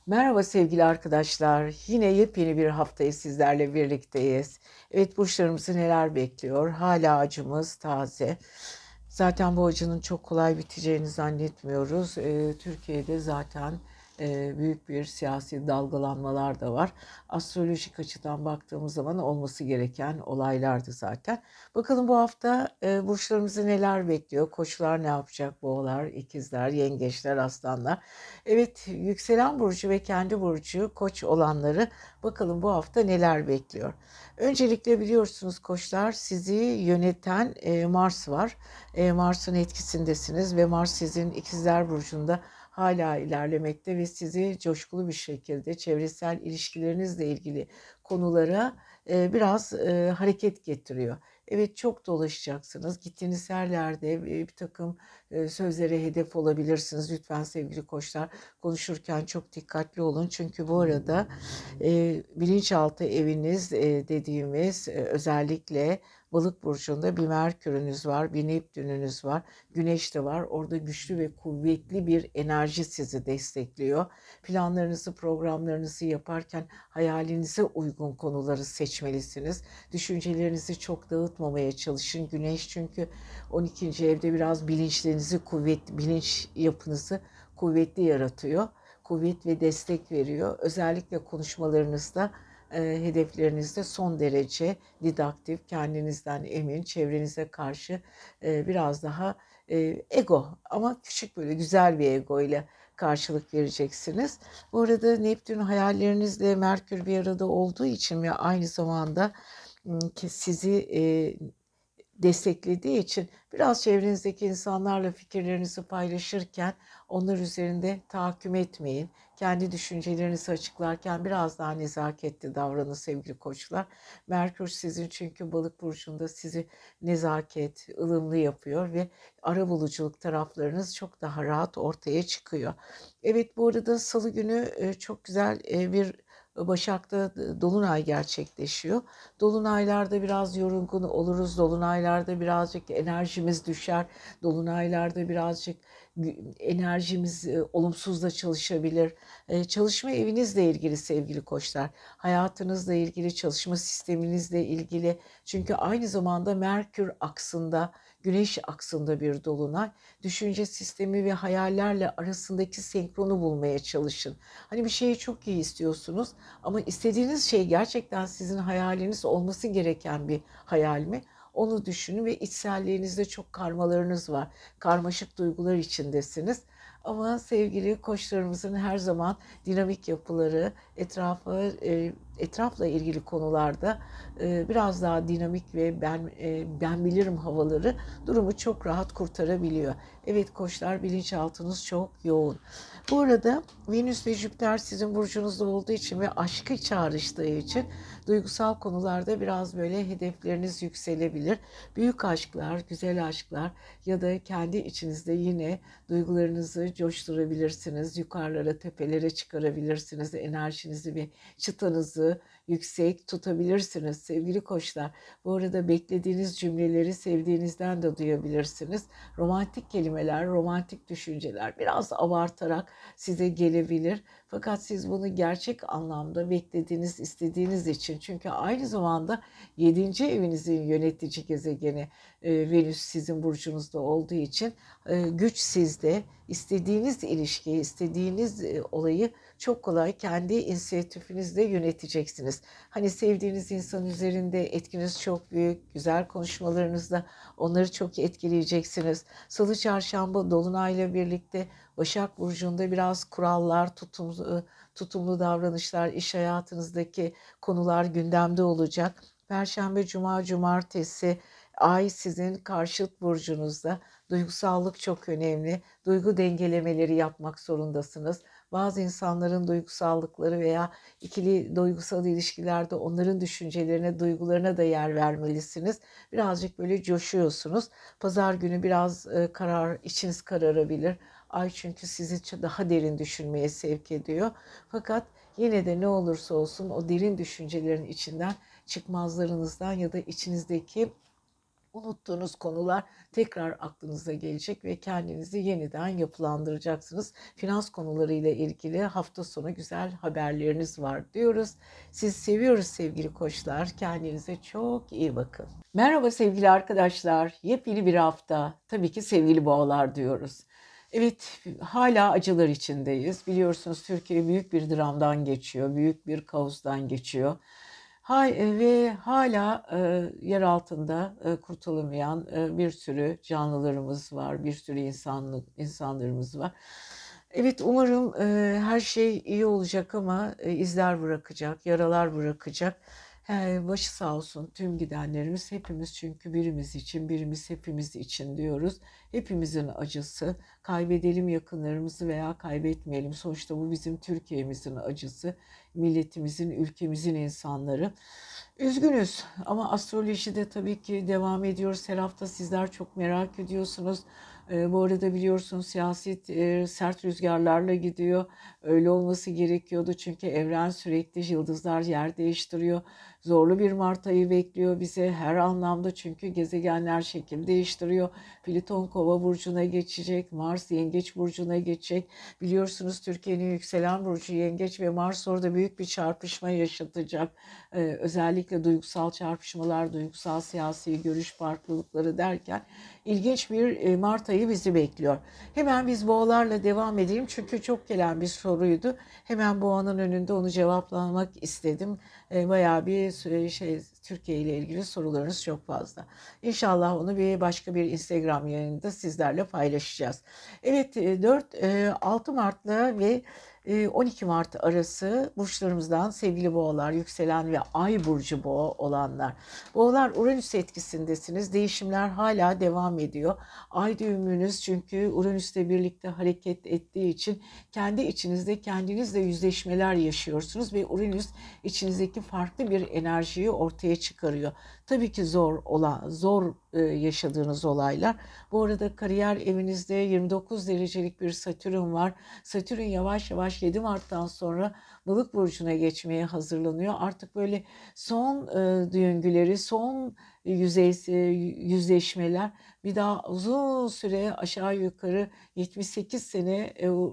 Merhaba sevgili arkadaşlar. Yine yepyeni bir haftayı sizlerle birlikteyiz. Evet, burçlarımızı neler bekliyor? Hala acımız taze. Zaten bu acının çok kolay biteceğini zannetmiyoruz. Türkiye'de zaten büyük bir siyasi dalgalanmalar da var. Astrolojik açıdan baktığımız zaman olması gereken olaylardı zaten. Bakalım bu hafta burçlarımızı neler bekliyor? Koçlar ne yapacak? Boğalar, ikizler, yengeçler, aslanlar. Evet, yükselen burcu ve kendi burcu Koç olanları bakalım bu hafta neler bekliyor. Öncelikle biliyorsunuz Koçlar, sizi yöneten Mars var. Mars'ın etkisindesiniz ve Mars sizin ikizler burcunda hala ilerlemekte ve sizi coşkulu bir şekilde çevresel ilişkilerinizle ilgili konulara biraz hareket getiriyor. Evet, çok dolaşacaksınız. Gittiğiniz her yerde bir takım sözlere hedef olabilirsiniz. Lütfen sevgili koçlar, konuşurken çok dikkatli olun. Çünkü bu arada bilinçaltı eviniz dediğimiz özellikle Balık burcunda bir Merkür'ünüz var, bir Neptün'ünüz var, Güneş de var. Orada güçlü ve kuvvetli bir enerji sizi destekliyor. Planlarınızı, programlarınızı yaparken hayalinize uygun konuları seçmelisiniz. Düşüncelerinizi çok dağıtmamaya çalışın. Güneş çünkü 12. evde biraz bilinçlerinizi kuvvetli, bilinç yapınızı kuvvetli yaratıyor. Kuvvet ve destek veriyor. Özellikle konuşmalarınızda, hedeflerinizde son derece didaktif, kendinizden emin, çevrenize karşı biraz daha ego, ama küçük, böyle güzel bir ego ile karşılık vereceksiniz. Bu arada Neptün hayallerinizle Merkür bir arada olduğu için ve aynı zamanda sizi desteklediği için biraz çevrenizdeki insanlarla fikirlerinizi paylaşırken onlar üzerinde tahakküm etmeyin. Kendi düşüncelerinizi açıklarken biraz daha nezaketli davranın sevgili koçlar. Merkür sizin çünkü Balık burcunda sizi nezaket, ılımlı yapıyor ve arabuluculuk taraflarınız çok daha rahat ortaya çıkıyor. Evet, bu arada Salı günü çok güzel bir Başak'ta dolunay gerçekleşiyor. Dolunaylarda biraz yorgun oluruz. Dolunaylarda birazcık enerjimiz düşer. Dolunaylarda birazcık enerjimiz olumsuz da çalışabilir. Çalışma evinizle ilgili sevgili koçlar. Hayatınızla ilgili, çalışma sisteminizle ilgili. Çünkü aynı zamanda Merkür aksında, Güneş aksında bir dolunay. Düşünce sistemi ve hayallerle arasındaki senkronu bulmaya çalışın. Hani bir şeyi çok iyi istiyorsunuz ama istediğiniz şey gerçekten sizin hayaliniz olması gereken bir hayal mi? Onu düşünün ve içselliğinizde çok karmalarınız var. Karmaşık duygular içindesiniz. Ama sevgili koçlarımızın her zaman dinamik yapıları, etrafla ilgili konularda biraz daha dinamik ve ben bilirim havaları durumu çok rahat kurtarabiliyor. Evet koçlar, bilinçaltınız çok yoğun. Bu arada Venüs ve Jüpiter sizin burcunuzda olduğu için ve aşkı çağrıştığı için duygusal konularda biraz böyle hedefleriniz yükselebilir. Büyük aşklar, güzel aşklar ya da kendi içinizde yine duygularınızı coşturabilirsiniz. Yukarılara, tepelere çıkarabilirsiniz. Enerjinizi ve çıtanızı yüksek tutabilirsiniz sevgili koçlar. Bu arada beklediğiniz cümleleri sevdiğinizden de duyabilirsiniz. Romantik kelimeler, romantik düşünceler biraz abartarak size gelebilir. Fakat siz bunu gerçek anlamda beklediğiniz, istediğiniz için, çünkü aynı zamanda 7. evinizin yönetici gezegeni Venüs sizin burcunuzda olduğu için güç sizde. İstediğiniz ilişkiyi, istediğiniz olayı çok kolay kendi inisiyatifinizle yöneteceksiniz. Hani sevdiğiniz insan üzerinde etkiniz çok büyük, güzel konuşmalarınızla onları çok etkileyeceksiniz. Salı, çarşamba dolunayla birlikte Başak Burcu'nda biraz kurallar, tutumlu davranışlar, iş hayatınızdaki konular gündemde olacak. Perşembe, cuma, cumartesi ay sizin karşıt burcunuzda. Duygusallık çok önemli. Duygu dengelemeleri yapmak zorundasınız. Bazı insanların duygusallıkları veya ikili duygusal ilişkilerde onların düşüncelerine, duygularına da yer vermelisiniz. Birazcık böyle coşuyorsunuz. Pazar günü biraz içiniz kararabilir. Ay çünkü sizi daha derin düşünmeye sevk ediyor. Fakat yine de ne olursa olsun o derin düşüncelerin içinden çıkmazlarınızdan ya da içinizdeki unuttuğunuz konular tekrar aklınıza gelecek ve kendinizi yeniden yapılandıracaksınız. Finans konularıyla ilgili hafta sonu güzel haberleriniz var diyoruz. Sizi seviyoruz sevgili koçlar. Kendinize çok iyi bakın. Merhaba sevgili arkadaşlar. Yepyeni bir hafta. Tabii ki sevgili boğalar diyoruz. Evet, hala acılar içindeyiz. Biliyorsunuz Türkiye büyük bir dramdan geçiyor, büyük bir kaostan geçiyor. Ve hala yer altında kurtulamayan bir sürü canlılarımız var, bir sürü insanlarımız var. Evet, umarım her şey iyi olacak ama izler bırakacak, yaralar bırakacak. Başı sağ olsun tüm gidenlerimiz, hepimiz çünkü birimiz için, birimiz hepimiz için diyoruz. Hepimizin acısı, kaybedelim yakınlarımızı veya kaybetmeyelim. Sonuçta bu bizim Türkiye'mizin acısı, milletimizin, ülkemizin insanları. Üzgünüz ama astrolojide tabii ki devam ediyoruz. Her hafta sizler çok merak ediyorsunuz. Bu arada biliyorsunuz siyaset sert rüzgarlarla gidiyor. Öyle olması gerekiyordu çünkü evren sürekli, yıldızlar yer değiştiriyor. Zorlu bir Mart ayı bekliyor bize her anlamda çünkü gezegenler şekil değiştiriyor. Plüton Kova burcuna geçecek, Mars Yengeç burcuna geçecek. Biliyorsunuz Türkiye'nin yükselen burcu Yengeç ve Mars orada büyük bir çarpışma yaşatacak. Özellikle duygusal çarpışmalar, duygusal siyasi görüş farklılıkları derken ilginç bir Mart ayı bizi bekliyor. Hemen biz boğalarla devam edelim çünkü çok gelen bir soruydu. Hemen boğanın önünde onu cevaplamak istedim. Bayağı bir Türkiye ile ilgili sorularınız çok fazla. İnşallah onu başka bir Instagram yayınında sizlerle paylaşacağız. Evet, 4-6 Mart'la ve 12 Mart arası burçlarımızdan sevgili boğalar, yükselen ve ay burcu boğa olanlar. Boğalar Uranüs etkisindesiniz. Değişimler hala devam ediyor. Ay düğümünüz çünkü Uranüs'le birlikte hareket ettiği için kendi içinizde kendinizle yüzleşmeler yaşıyorsunuz ve Uranüs içinizdeki farklı bir enerjiyi ortaya çıkarıyor. Tabii ki zor yaşadığınız olaylar. Bu arada kariyer evinizde 29 derecelik bir Satürn var. Satürn yavaş yavaş 7 Mart'tan sonra Balık burcuna geçmeye hazırlanıyor. Artık böyle son döngüleri, son yüzleşmeler bir daha uzun süre aşağı yukarı 78 sene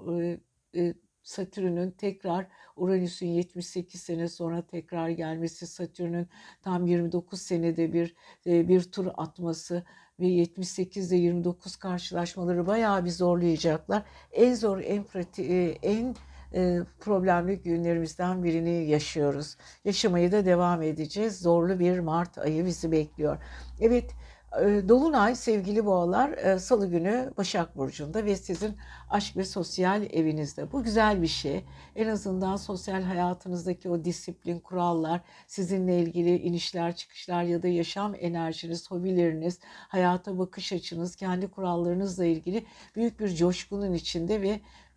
Satürn'ün tekrar Uranüs'ün 78 sene sonra tekrar gelmesi, Satürn'ün tam 29 senede bir tur atması ve 78 ile 29 karşılaşmaları bayağı bir zorlayacaklar. En zor, en pratik, en problemli günlerimizden birini yaşıyoruz. Yaşamaya da devam edeceğiz. Zorlu bir Mart ayı bizi bekliyor. Evet, Dolunay sevgili boğalar Salı günü Başak Burcu'nda ve sizin aşk ve sosyal evinizde. Bu güzel bir şey. En azından sosyal hayatınızdaki o disiplin, kurallar, sizinle ilgili inişler, çıkışlar ya da yaşam enerjiniz, hobileriniz, hayata bakış açınız, kendi kurallarınızla ilgili büyük bir coşkunun içinde ve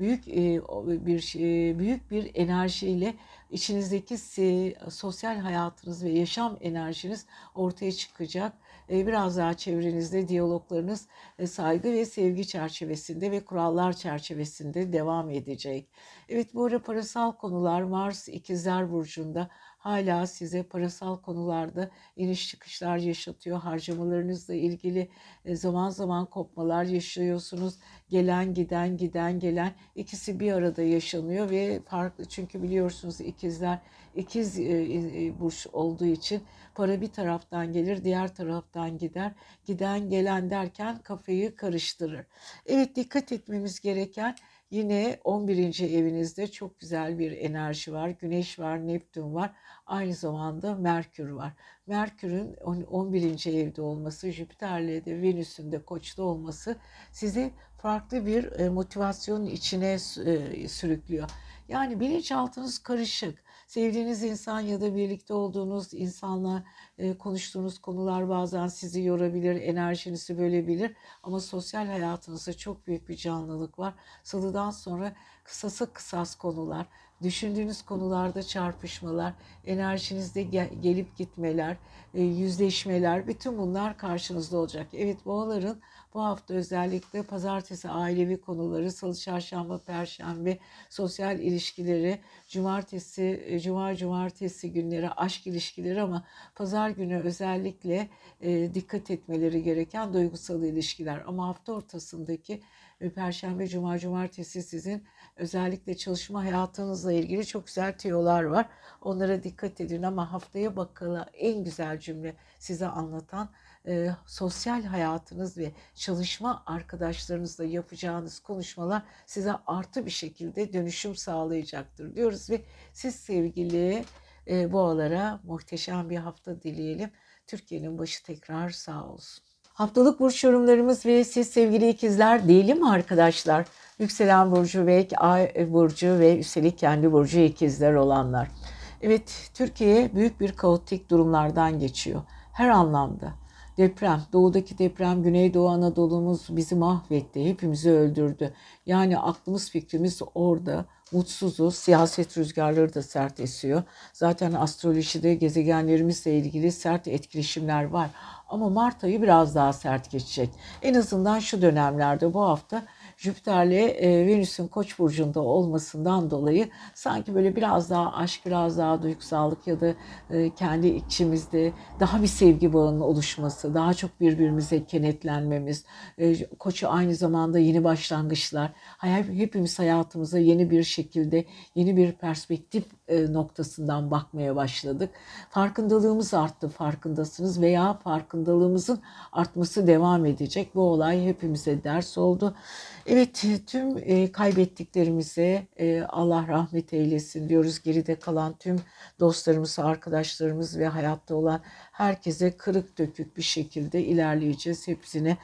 büyük bir enerjiyle içinizdeki sosyal hayatınız ve yaşam enerjiniz ortaya çıkacak. Biraz daha çevrenizde diyaloglarınız saygı ve sevgi çerçevesinde ve kurallar çerçevesinde devam edecek. Evet, bu ara parasal konular Mars İkizler Burcu'nda hala size parasal konularda iniş çıkışlar yaşatıyor. Harcamalarınızla ilgili zaman zaman kopmalar yaşıyorsunuz. Gelen giden giden gelen ikisi bir arada yaşanıyor ve farklı çünkü biliyorsunuz ikiz burç olduğu için para bir taraftan gelir diğer taraftan gider. Giden gelen derken kafayı karıştırır. Evet, dikkat etmemiz gereken yine 11. evinizde çok güzel bir enerji var. Güneş var, Neptün var. Aynı zamanda Merkür var. Merkür'ün 11. evde olması, Jüpiter'le de Venüs'ün de Koç'ta olması sizi farklı bir motivasyonun içine sürüklüyor. Yani bilinçaltınız karışık. Sevdiğiniz insan ya da birlikte olduğunuz insanla konuştuğunuz konular bazen sizi yorabilir, enerjinizi bölebilir. Ama sosyal hayatınızda çok büyük bir canlılık var. Salıdan sonra kısas konular, düşündüğünüz konularda çarpışmalar, enerjinizde gelip gitmeler, yüzleşmeler, bütün bunlar karşınızda olacak. Evet, boğaların Bu hafta özellikle pazartesi ailevi konuları, salı, çarşamba, perşembe sosyal ilişkileri, cumartesi günleri aşk ilişkileri ama pazar günü özellikle dikkat etmeleri gereken duygusal ilişkiler. Ama hafta ortasındaki perşembe, cumartesi sizin özellikle çalışma hayatınızla ilgili çok güzel tüyolar var. Onlara dikkat edin ama haftaya bakalım en güzel cümle size anlatan sosyal hayatınız ve çalışma arkadaşlarınızla yapacağınız konuşmalar size artı bir şekilde dönüşüm sağlayacaktır diyoruz ve siz sevgili boğalara muhteşem bir hafta dileyelim. Türkiye'nin başı tekrar sağ olsun. Haftalık burç yorumlarımız ve siz sevgili ikizler değil mi arkadaşlar? Yükselen burcu ve ay burcu ve üstelik kendi burcu ikizler olanlar. Evet, Türkiye büyük bir kaotik durumlardan geçiyor. Her anlamda. Deprem, doğudaki deprem, Güneydoğu Anadolu'muz bizi mahvetti, hepimizi öldürdü. Yani aklımız fikrimiz orada, mutsuzuz, siyaset rüzgarları da sert esiyor. Zaten astrolojide gezegenlerimizle ilgili sert etkileşimler var. Ama Mart ayı biraz daha sert geçecek. En azından şu dönemlerde bu hafta Jüpiter'le Venüs'ün Koç burcunda olmasından dolayı sanki böyle biraz daha aşk, biraz daha duygusallık ya da kendi içimizde daha bir sevgi bağının oluşması, daha çok birbirimize kenetlenmemiz, Koç'u aynı zamanda yeni başlangıçlar, hepimiz hayatımıza yeni bir şekilde, yeni bir perspektif noktasından bakmaya başladık. Farkındalığımız arttı, farkındasınız veya farkındalığımızın artması devam edecek. Bu olay hepimize ders oldu. Evet, tüm kaybettiklerimize Allah rahmet eylesin diyoruz. Geride kalan tüm dostlarımız, arkadaşlarımız ve hayatta olan herkese kırık dökük bir şekilde ilerleyeceğiz. Hepsine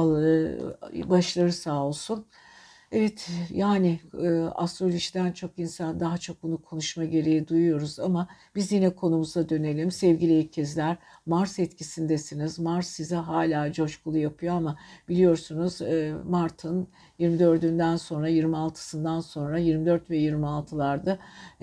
başları sağ olsun. Evet, yani astrolojiden çok insan daha çok bunu konuşma gereği duyuyoruz ama biz yine konumuza dönelim. Sevgili ikizler, Mars etkisindesiniz. Mars size hala coşkulu yapıyor ama biliyorsunuz Mart'ın 24'ünden sonra 26'sından sonra 24 ve 26'larda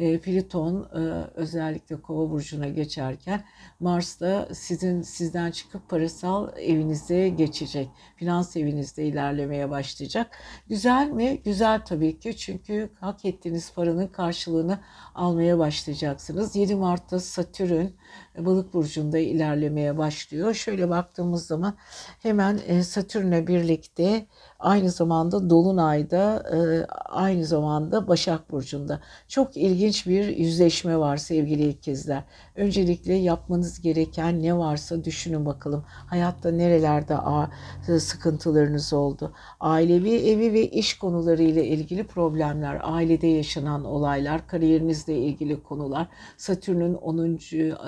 Plüton özellikle Kova burcuna geçerken Mars da sizden çıkıp parasal evinize geçecek. Finans evinizde ilerlemeye başlayacak. Güzel mi? Güzel tabii ki. Çünkü hak ettiğiniz paranın karşılığını almaya başlayacaksınız. 7 Mart'ta Satürn Balık burcunda ilerlemeye başlıyor. Şöyle baktığımız zaman hemen Satürn'le birlikte aynı zamanda Dolunay'da aynı zamanda Başak burcunda. Çok ilginç bir yüzleşme var sevgili ikizler. Öncelikle yapmanız gereken ne varsa düşünün bakalım. Hayatta nerelerde sıkıntılarınız oldu? Ailevi, evi ve iş konuları ile ilgili problemler, ailede yaşanan olaylar, kariyerinizle ilgili konular, Satürn'ün 10.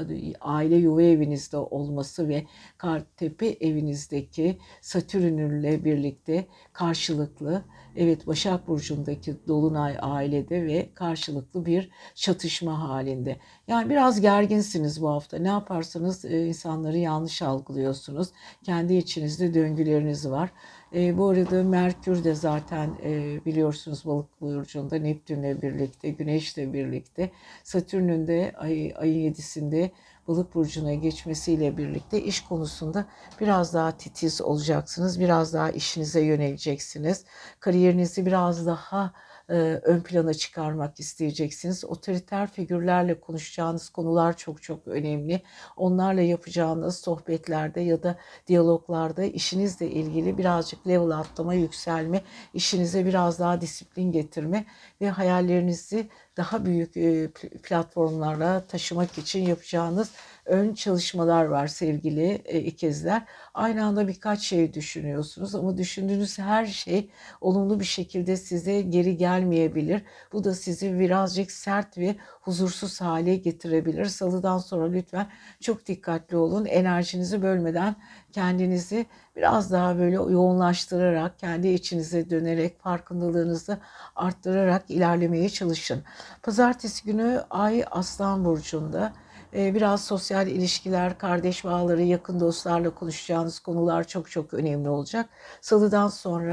aile yuva evinizde olması ve Kartepe evinizdeki Satürn'le birlikte karşılıklı, evet Başak Burcu'ndaki Dolunay ailede ve karşılıklı bir çatışma halinde. Yani biraz gerginsiniz bu hafta. Ne yaparsanız insanları yanlış algılıyorsunuz. Kendi içinizde döngüleriniz var. Bu arada Merkür de zaten biliyorsunuz Balık burcunda Neptün'le birlikte, Güneş'le birlikte, Satürn'ün de ayın 7'sinde Balık burcuna geçmesiyle birlikte iş konusunda biraz daha titiz olacaksınız. Biraz daha işinize yöneleceksiniz. Kariyerinizi biraz daha ön plana çıkarmak isteyeceksiniz. Otoriter figürlerle konuşacağınız konular çok çok önemli. Onlarla yapacağınız sohbetlerde ya da diyaloglarda işinizle ilgili birazcık level atlama, yükselme, işinize biraz daha disiplin getirme ve hayallerinizi daha büyük platformlara taşımak için yapacağınız ön çalışmalar var sevgili ikizler. Aynı anda birkaç şey düşünüyorsunuz ama düşündüğünüz her şey olumlu bir şekilde size geri gelmeyebilir. Bu da sizi birazcık sert ve huzursuz hale getirebilir. Salıdan sonra lütfen çok dikkatli olun. Enerjinizi bölmeden kendinizi biraz daha böyle yoğunlaştırarak, kendi içinize dönerek, farkındalığınızı arttırarak ilerlemeye çalışın. Pazartesi günü Ay Aslan Burcu'nda. Biraz sosyal ilişkiler, kardeş bağları, yakın dostlarla konuşacağınız konular çok çok önemli olacak. Salıdan sonra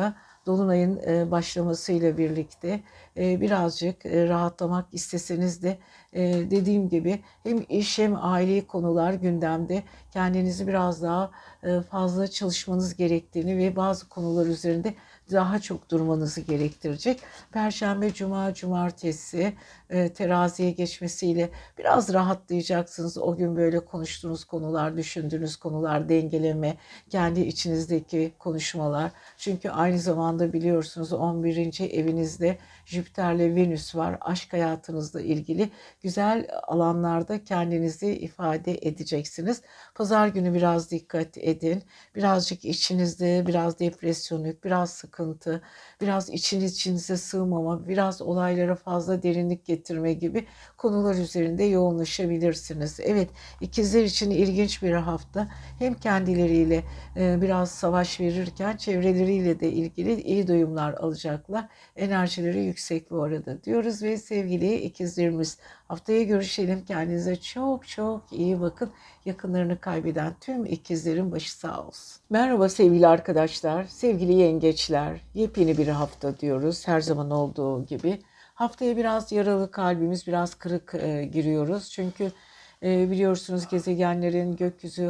Dolunay'ın başlamasıyla birlikte birazcık rahatlamak isteseniz de dediğim gibi hem iş hem ailevi konular gündemde. Kendinizi biraz daha fazla çalışmanız gerektiğini ve bazı konular üzerinde daha çok durmanızı gerektirecek. Perşembe, Cuma, Cumartesi teraziye geçmesiyle biraz rahatlayacaksınız. O gün böyle konuştuğunuz konular, düşündüğünüz konular, dengeleme, kendi içinizdeki konuşmalar. Çünkü aynı zamanda biliyorsunuz 11. evinizde Jüpiter'le Venüs var. Aşk hayatınızla ilgili güzel alanlarda kendinizi ifade edeceksiniz. Pazar günü biraz dikkat edin. Birazcık içinizde biraz depresyonik, biraz sıkıntı, biraz içinize sığmama, biraz olaylara fazla derinlik getirme gibi konular üzerinde yoğunlaşabilirsiniz. Evet, ikizler için ilginç bir hafta. Hem kendileriyle biraz savaş verirken çevreleriyle de ilgili iyi duyumlar alacaklar. Enerjileri yüksek bu arada diyoruz ve sevgili ikizlerimiz, haftaya görüşelim. Kendinize çok çok iyi bakın. Yakınlarını kaybeden tüm ikizlerin başı sağ olsun. Merhaba sevgili arkadaşlar, sevgili yengeçler. Yepyeni bir hafta diyoruz her zaman olduğu gibi. Haftaya biraz yaralı kalbimiz, biraz kırık giriyoruz. Çünkü biliyorsunuz gezegenlerin gökyüzü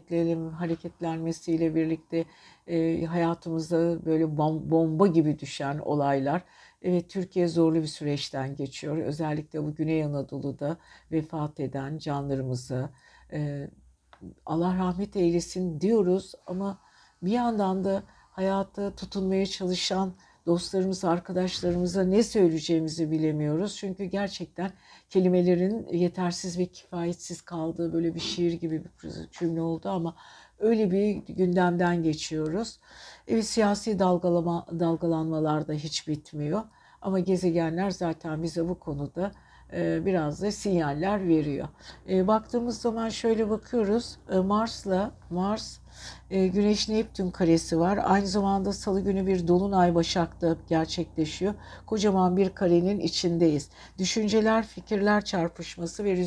hareketlenmesiyle birlikte hayatımızda böyle bomba gibi düşen olaylar. Evet, Türkiye zorlu bir süreçten geçiyor. Özellikle bu Güney Anadolu'da vefat eden canlarımızı e, Allah rahmet eylesin diyoruz ama bir yandan da hayata tutunmaya çalışan dostlarımız, arkadaşlarımıza ne söyleyeceğimizi bilemiyoruz. Çünkü gerçekten kelimelerin yetersiz ve kifayetsiz kaldığı böyle bir şiir gibi bir cümle oldu ama öyle bir gündemden geçiyoruz. Evet, siyasi dalgalanmalar da hiç bitmiyor. Ama gezegenler zaten bize bu konuda biraz da sinyaller veriyor. Baktığımız zaman şöyle bakıyoruz. Mars Güneş Neptün karesi var. Aynı zamanda Salı günü bir dolunay Başak'ta gerçekleşiyor. Kocaman bir karenin içindeyiz. Düşünceler, fikirler çarpışması ve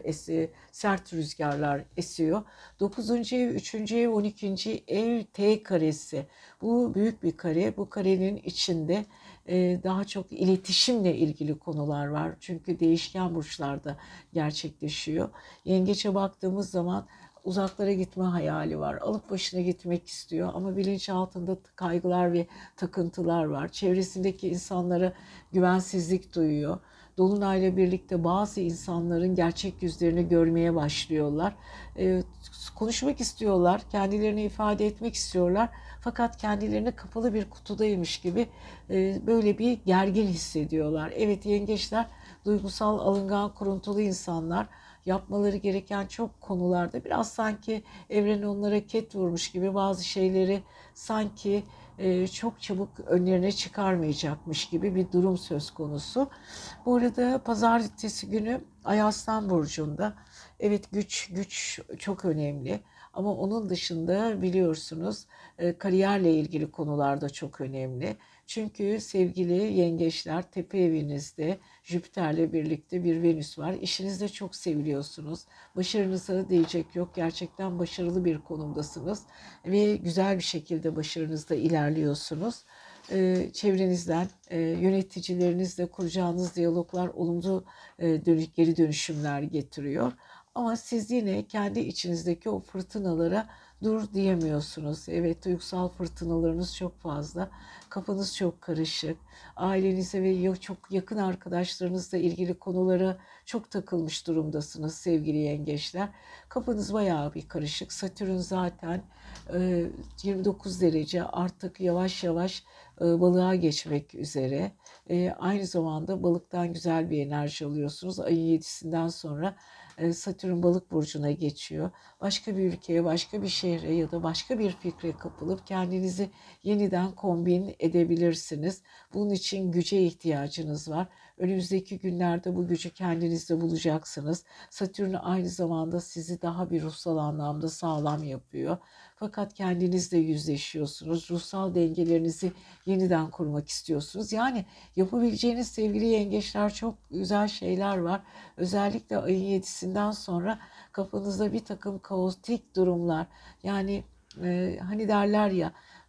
sert rüzgarlar esiyor. 9. ev, 3. ev, 12. ev T karesi. Bu büyük bir kare. Bu karenin içinde daha çok iletişimle ilgili konular var. Çünkü değişken burçlarda gerçekleşiyor. Yengeçe baktığımız zaman uzaklara gitme hayali var. Alıp başına gitmek istiyor ama bilinçaltında kaygılar ve takıntılar var. Çevresindeki insanlara güvensizlik duyuyor. Dolunayla birlikte bazı insanların gerçek yüzlerini görmeye başlıyorlar. Konuşmak istiyorlar, kendilerini ifade etmek istiyorlar. Fakat kendilerini kapalı bir kutudaymış gibi böyle bir gergin hissediyorlar. Evet, yengeçler duygusal, alıngan, kuruntulu insanlar. Yapmaları gereken çok konularda biraz sanki evren onlara ket vurmuş gibi bazı şeyleri sanki çok çabuk önlerine çıkarmayacakmış gibi bir durum söz konusu. Bu arada pazartesi günü Ay Aslan Burcu'nda. Evet, güç çok önemli ama onun dışında biliyorsunuz kariyerle ilgili konularda çok önemli. Çünkü sevgili yengeçler, tepe evinizde Jüpiter'le birlikte bir Venüs var. İşinizde çok seviliyorsunuz. Başarınıza diyecek yok. Gerçekten başarılı bir konumdasınız ve güzel bir şekilde başarınızda ilerliyorsunuz. Çevrenizden, yöneticilerinizle kuracağınız diyaloglar olumlu geri dönüşümler getiriyor. Ama siz yine kendi içinizdeki o fırtınalara dur diyemiyorsunuz. Evet, duygusal fırtınalarınız çok fazla. Kafanız çok karışık. Ailenize ve çok yakın arkadaşlarınızla ilgili konulara çok takılmış durumdasınız sevgili yengeçler. Kafanız bayağı bir karışık. Satürn zaten 29 derece, artık yavaş yavaş balığa geçmek üzere. Aynı zamanda balıktan güzel bir enerji alıyorsunuz. Ayın 7'sinden sonra Satürn balık burcuna geçiyor. Başka bir ülkeye, başka bir şehre ya da başka bir fikre kapılıp kendinizi yeniden kombin edebilirsiniz. Bunun için güce ihtiyacınız var. Önümüzdeki günlerde bu gücü kendinizde bulacaksınız. Satürn aynı zamanda sizi daha bir ruhsal anlamda sağlam yapıyor. Fakat kendinizle yüzleşiyorsunuz. Ruhsal dengelerinizi yeniden kurmak istiyorsunuz. Yani yapabileceğiniz sevgili yengeçler çok güzel şeyler var. Özellikle ayın 7'sinden sonra kafanızda bir takım kaotik durumlar. Yani hani derler ya,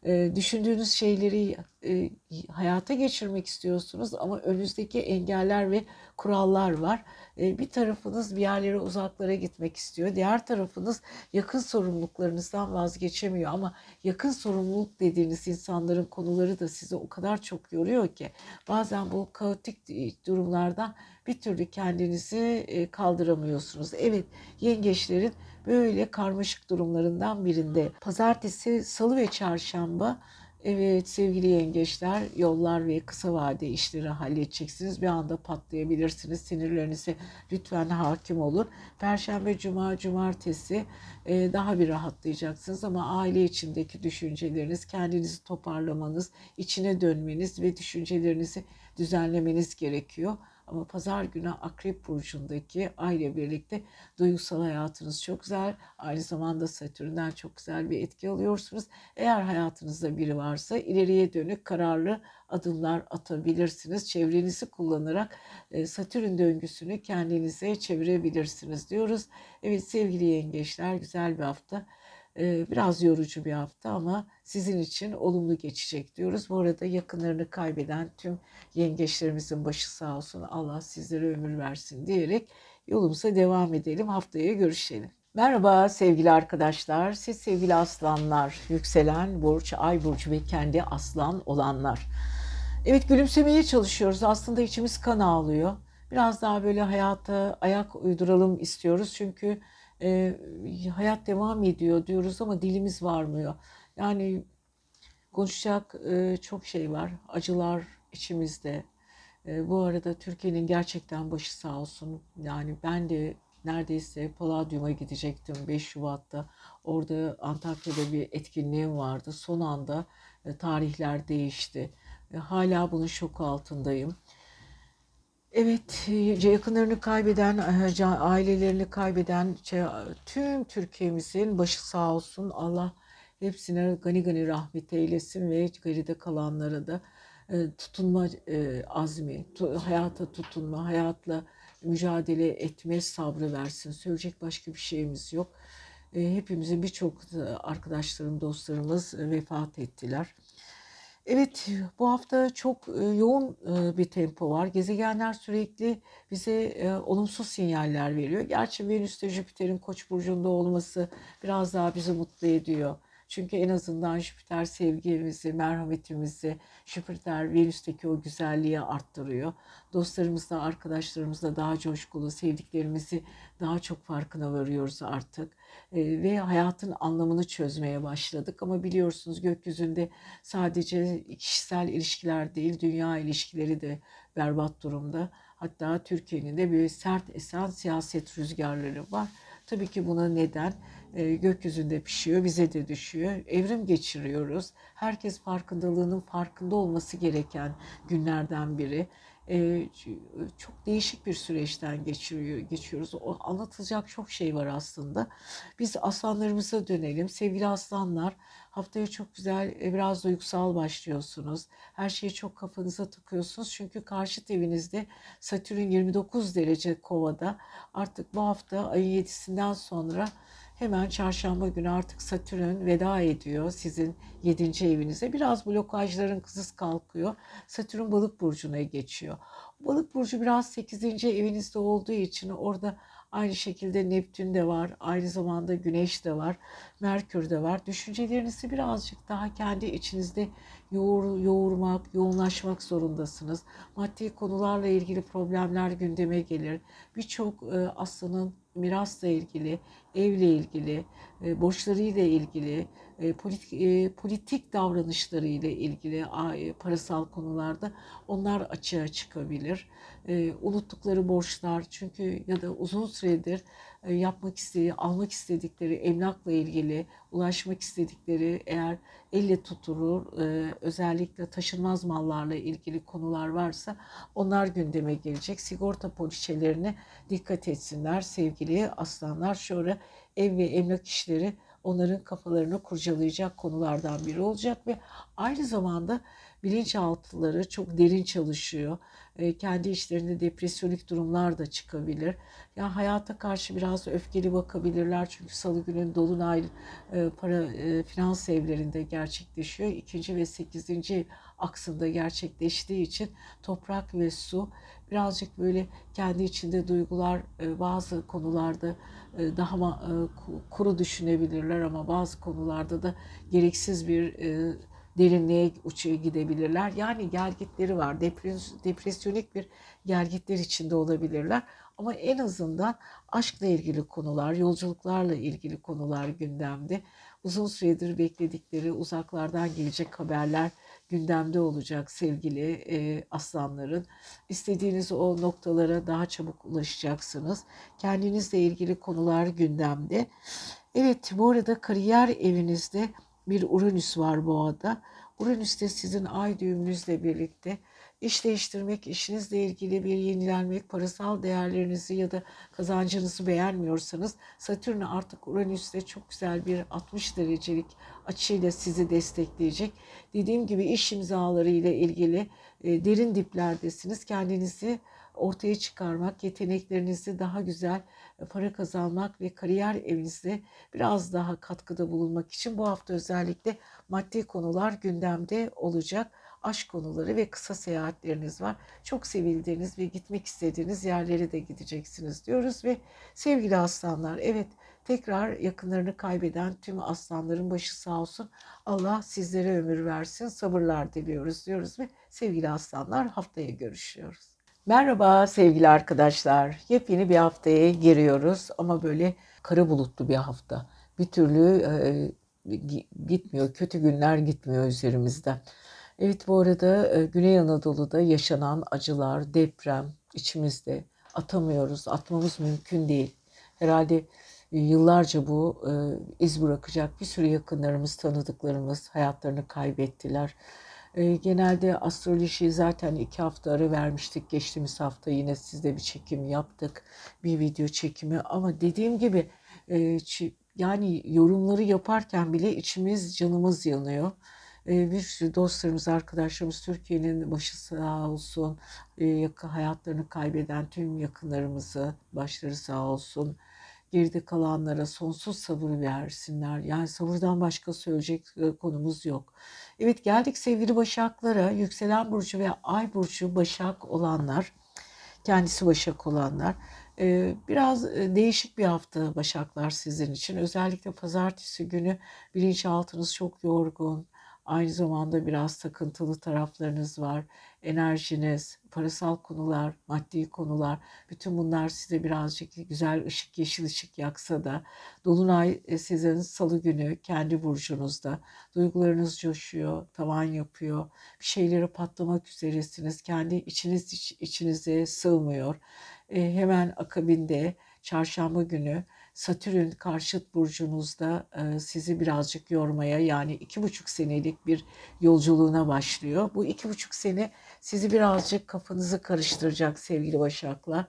Düşündüğünüz şeyleri hayata geçirmek istiyorsunuz ama önünüzdeki engeller ve kurallar var. Bir tarafınız bir yerlere, uzaklara gitmek istiyor. Diğer tarafınız yakın sorumluluklarınızdan vazgeçemiyor ama yakın sorumluluk dediğiniz insanların konuları da sizi o kadar çok yoruyor ki bazen bu kaotik durumlardan bir türlü kendinizi kaldıramıyorsunuz. Evet, yengeçlerin böyle karmaşık durumlarından birinde. Pazartesi, salı ve çarşamba, evet sevgili yengeçler, yollar ve kısa vade işleri halledeceksiniz. Bir anda patlayabilirsiniz. Sinirlerinize lütfen hakim olun. Perşembe, cuma, cumartesi daha bir rahatlayacaksınız ama aile içindeki düşünceleriniz, kendinizi toparlamanız, içine dönmeniz ve düşüncelerinizi düzenlemeniz gerekiyor. Ama pazar günü Akrep Burcu'ndaki ay ile birlikte duygusal hayatınız çok güzel. Aynı zamanda Satürn'den çok güzel bir etki alıyorsunuz. Eğer hayatınızda biri varsa ileriye dönük kararlı adımlar atabilirsiniz. Çevrenizi kullanarak Satürn döngüsünü kendinize çevirebilirsiniz diyoruz. Evet sevgili yengeçler, güzel bir hafta. Biraz yorucu bir hafta ama sizin için olumlu geçecek diyoruz. Bu arada yakınlarını kaybeden tüm yengeçlerimizin başı sağ olsun. Allah sizlere ömür versin diyerek yolumuza devam edelim. Haftaya görüşelim. Merhaba sevgili arkadaşlar. Siz sevgili aslanlar, yükselen burç, ay burcu ve kendi aslan olanlar. Evet, gülümsemeye çalışıyoruz. Aslında içimiz kan ağlıyor. Biraz daha böyle hayata ayak uyduralım istiyoruz. Çünkü hayat devam ediyor diyoruz ama dilimiz varmıyor. Yani konuşacak çok şey var. Acılar içimizde. Bu arada Türkiye'nin gerçekten başı sağ olsun. Yani ben de neredeyse Palladium'a gidecektim 5 Şubat'ta. Orada Antakya'da bir etkinliğim vardı. Son anda tarihler değişti. Hala bunun şoku altındayım. Evet, yakınlarını kaybeden, ailelerini kaybeden tüm Türkiye'mizin başı sağ olsun. Allah hepsine gani gani rahmet eylesin ve geride kalanlara da tutunma azmi, hayata tutunma, hayatla mücadele etme sabrı versin. Söyleyecek başka bir şeyimiz yok. Hepimizin birçok arkadaşlarım, dostlarımız vefat ettiler. Evet, bu hafta çok yoğun bir tempo var. Gezegenler sürekli bize olumsuz sinyaller veriyor. Gerçi Venüs'te Jüpiter'in Koç burcunda olması biraz daha bizi mutlu ediyor. Çünkü en azından Jüpiter sevgimizi, merhametimizi, Jüpiter Venüs'teki o güzelliği arttırıyor. Dostlarımızla, arkadaşlarımızla daha coşkulu, sevdiklerimizi daha çok farkına varıyoruz artık. Ve hayatın anlamını çözmeye başladık. Ama biliyorsunuz gökyüzünde sadece kişisel ilişkiler değil, dünya ilişkileri de berbat durumda. Hatta Türkiye'nin de bir sert esen siyaset rüzgarları var. Tabii ki buna neden gökyüzünde pişiyor, bize de düşüyor. Evrim geçiriyoruz. Herkes farkındalığının farkında olması gereken günlerden biri. Çok değişik bir süreçten geçiyoruz. O anlatılacak çok şey var aslında. Biz aslanlarımıza dönelim. Sevgili aslanlar, haftaya çok güzel, biraz duygusal başlıyorsunuz. Her şeyi çok kafanıza takıyorsunuz. Çünkü karşıt evinizde Satürn 29 derece Kova'da. Artık bu hafta ayın 7'sinden sonra hemen çarşamba günü artık Satürn veda ediyor sizin 7. evinize. Biraz blokajların kızız kalkıyor. Satürn Balık burcuna geçiyor. Balık burcu biraz 8. evinizde olduğu için orada aynı şekilde Neptün de var. Aynı zamanda Güneş de var. Merkür de var. Düşüncelerinizi birazcık daha kendi içinizde yoğurmak, yoğunlaşmak zorundasınız. Maddi konularla ilgili problemler gündeme gelir. Birçok aslanın mirasla ilgili, evle ilgili, borçlarıyla ilgili, politik davranışları ile ilgili parasal konularda onlar açığa çıkabilir. Unuttukları borçlar çünkü ya da uzun süredir yapmak istediği, almak istedikleri emlakla ilgili, ulaşmak istedikleri eğer elle tutulur, özellikle taşınmaz mallarla ilgili konular varsa onlar gündeme gelecek. Sigorta poliçelerine dikkat etsinler sevgili aslanlar. Şöyle ev ve emlak işleri onların kafalarını kurcalayacak konulardan biri olacak ve aynı zamanda bilinçaltıları çok derin çalışıyor. Kendi içlerinde depresyonik durumlar da çıkabilir. Ya hayata karşı biraz öfkeli bakabilirler çünkü Salı günün dolunay finans evlerinde gerçekleşiyor. İkinci ve sekizinci aksında gerçekleştiği için toprak ve su birazcık böyle kendi içinde duygular bazı konularda daha kuru düşünebilirler ama bazı konularda da gereksiz bir derinliğe gidebilirler. Yani gelgitleri var. Depresyonik bir gelgitler içinde olabilirler. Ama en azından aşkla ilgili konular, yolculuklarla ilgili konular gündemde. Uzun süredir bekledikleri uzaklardan gelecek haberler gündemde olacak sevgili aslanların. İstediğiniz o noktalara daha çabuk ulaşacaksınız. Kendinizle ilgili konular gündemde. Evet, bu arada kariyer evinizde bir Uranüs var Boğa'da. Uranüs de sizin ay düğümünüzle birlikte iş değiştirmek, işinizle ilgili bir yenilenmek, parasal değerlerinizi ya da kazancınızı beğenmiyorsanız Satürn artık Uranüs'te çok güzel bir 60 derecelik açıyla sizi destekleyecek. Dediğim gibi iş imzaları ile ilgili derin diplerdesiniz. Kendinizi ortaya çıkarmak, yeteneklerinizi daha güzel para kazanmak ve kariyer evinizde biraz daha katkıda bulunmak için bu hafta özellikle maddi konular gündemde olacak. Aşk konuları ve kısa seyahatleriniz var. Çok sevildiğiniz ve gitmek istediğiniz yerlere de gideceksiniz diyoruz ve sevgili aslanlar, evet, tekrar yakınlarını kaybeden tüm aslanların başı sağ olsun. Allah sizlere ömür versin, sabırlar diliyoruz diyoruz ve sevgili aslanlar, haftaya görüşüyoruz. Merhaba sevgili arkadaşlar. Yepyeni bir haftaya giriyoruz ama böyle kara bulutlu bir hafta. Bir türlü gitmiyor, kötü günler gitmiyor üzerimizden. Evet, bu arada Güney Anadolu'da yaşanan acılar, deprem içimizde, atamıyoruz, atmamız mümkün değil. Herhalde yıllarca bu iz bırakacak, bir sürü yakınlarımız, tanıdıklarımız hayatlarını kaybettiler. Genelde astroloji zaten 2 hafta ara vermiştik. Geçtiğimiz hafta yine sizde bir çekim yaptık. Bir video çekimi ama dediğim gibi yani yorumları yaparken bile içimiz canımız yanıyor. Bir sürü dostlarımız, arkadaşlarımız, Türkiye'nin başı sağ olsun, hayatlarını kaybeden tüm yakınlarımızı başları sağ olsun. Geride kalanlara sonsuz sabır versinler. Yani sabırdan başka söyleyecek konumuz yok. Evet, geldik sevgili Başaklara. Yükselen burcu ve ay burcu Başak olanlar, kendisi Başak olanlar. Biraz değişik bir hafta Başaklar sizin için. Özellikle pazartesi günü bilinçaltınız çok yorgun. Aynı zamanda biraz takıntılı taraflarınız var. Enerjiniz, parasal konular, maddi konular, bütün bunlar size birazcık güzel ışık, yeşil ışık yaksa da Dolunay sizin salı günü kendi burcunuzda. Duygularınız coşuyor, tavan yapıyor. Bir şeyleri patlamak üzeresiniz. Kendi içinize sığmıyor. Hemen akabinde çarşamba günü Satürn karşıt burcunuzda sizi birazcık yormaya, yani 2,5 senelik bir yolculuğuna başlıyor. Bu 2,5 sene sizi birazcık kafanızı karıştıracak sevgili Başaklar.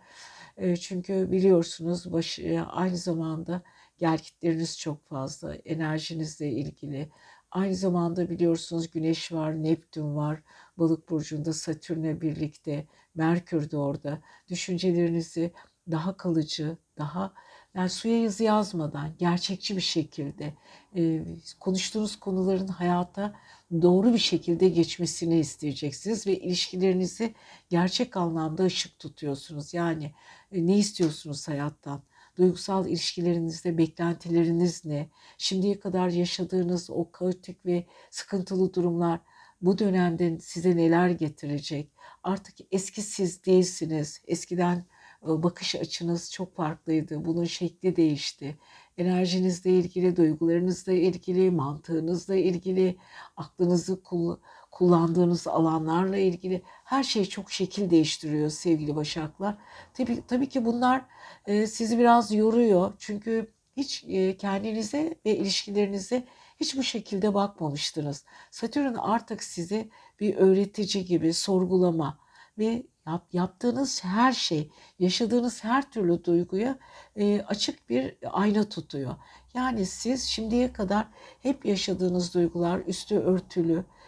Çünkü biliyorsunuz aynı zamanda gelgitleriniz çok fazla, enerjinizle ilgili. Aynı zamanda biliyorsunuz Güneş var, Neptün var, Balık burcunda Satürn'le birlikte, Merkür de orada. Düşüncelerinizi daha kalıcı, daha yani suya yazı yazmadan gerçekçi bir şekilde konuştuğunuz konuların hayata doğru bir şekilde geçmesini isteyeceksiniz ve ilişkilerinizi gerçek anlamda ışık tutuyorsunuz. Yani ne istiyorsunuz hayattan? Duygusal ilişkilerinizde beklentileriniz ne? Şimdiye kadar yaşadığınız o kaotik ve sıkıntılı durumlar bu dönemde size neler getirecek? Artık eski siz değilsiniz. Eskiden bakış açınız çok farklıydı. Bunun şekli değişti. Enerjinizle ilgili, duygularınızla ilgili, mantığınızla ilgili, aklınızı kullandığınız alanlarla ilgili her şey çok şekil değiştiriyor sevgili Başaklar. Tabii ki bunlar sizi biraz yoruyor. Çünkü hiç kendinize ve ilişkilerinize hiç bu şekilde bakmamıştınız. Satürn artık sizi bir öğretici gibi sorgulama ve yaptığınız her şey, yaşadığınız her türlü duyguya açık bir ayna tutuyor. Yani siz şimdiye kadar hep yaşadığınız duygular üstü örtülü,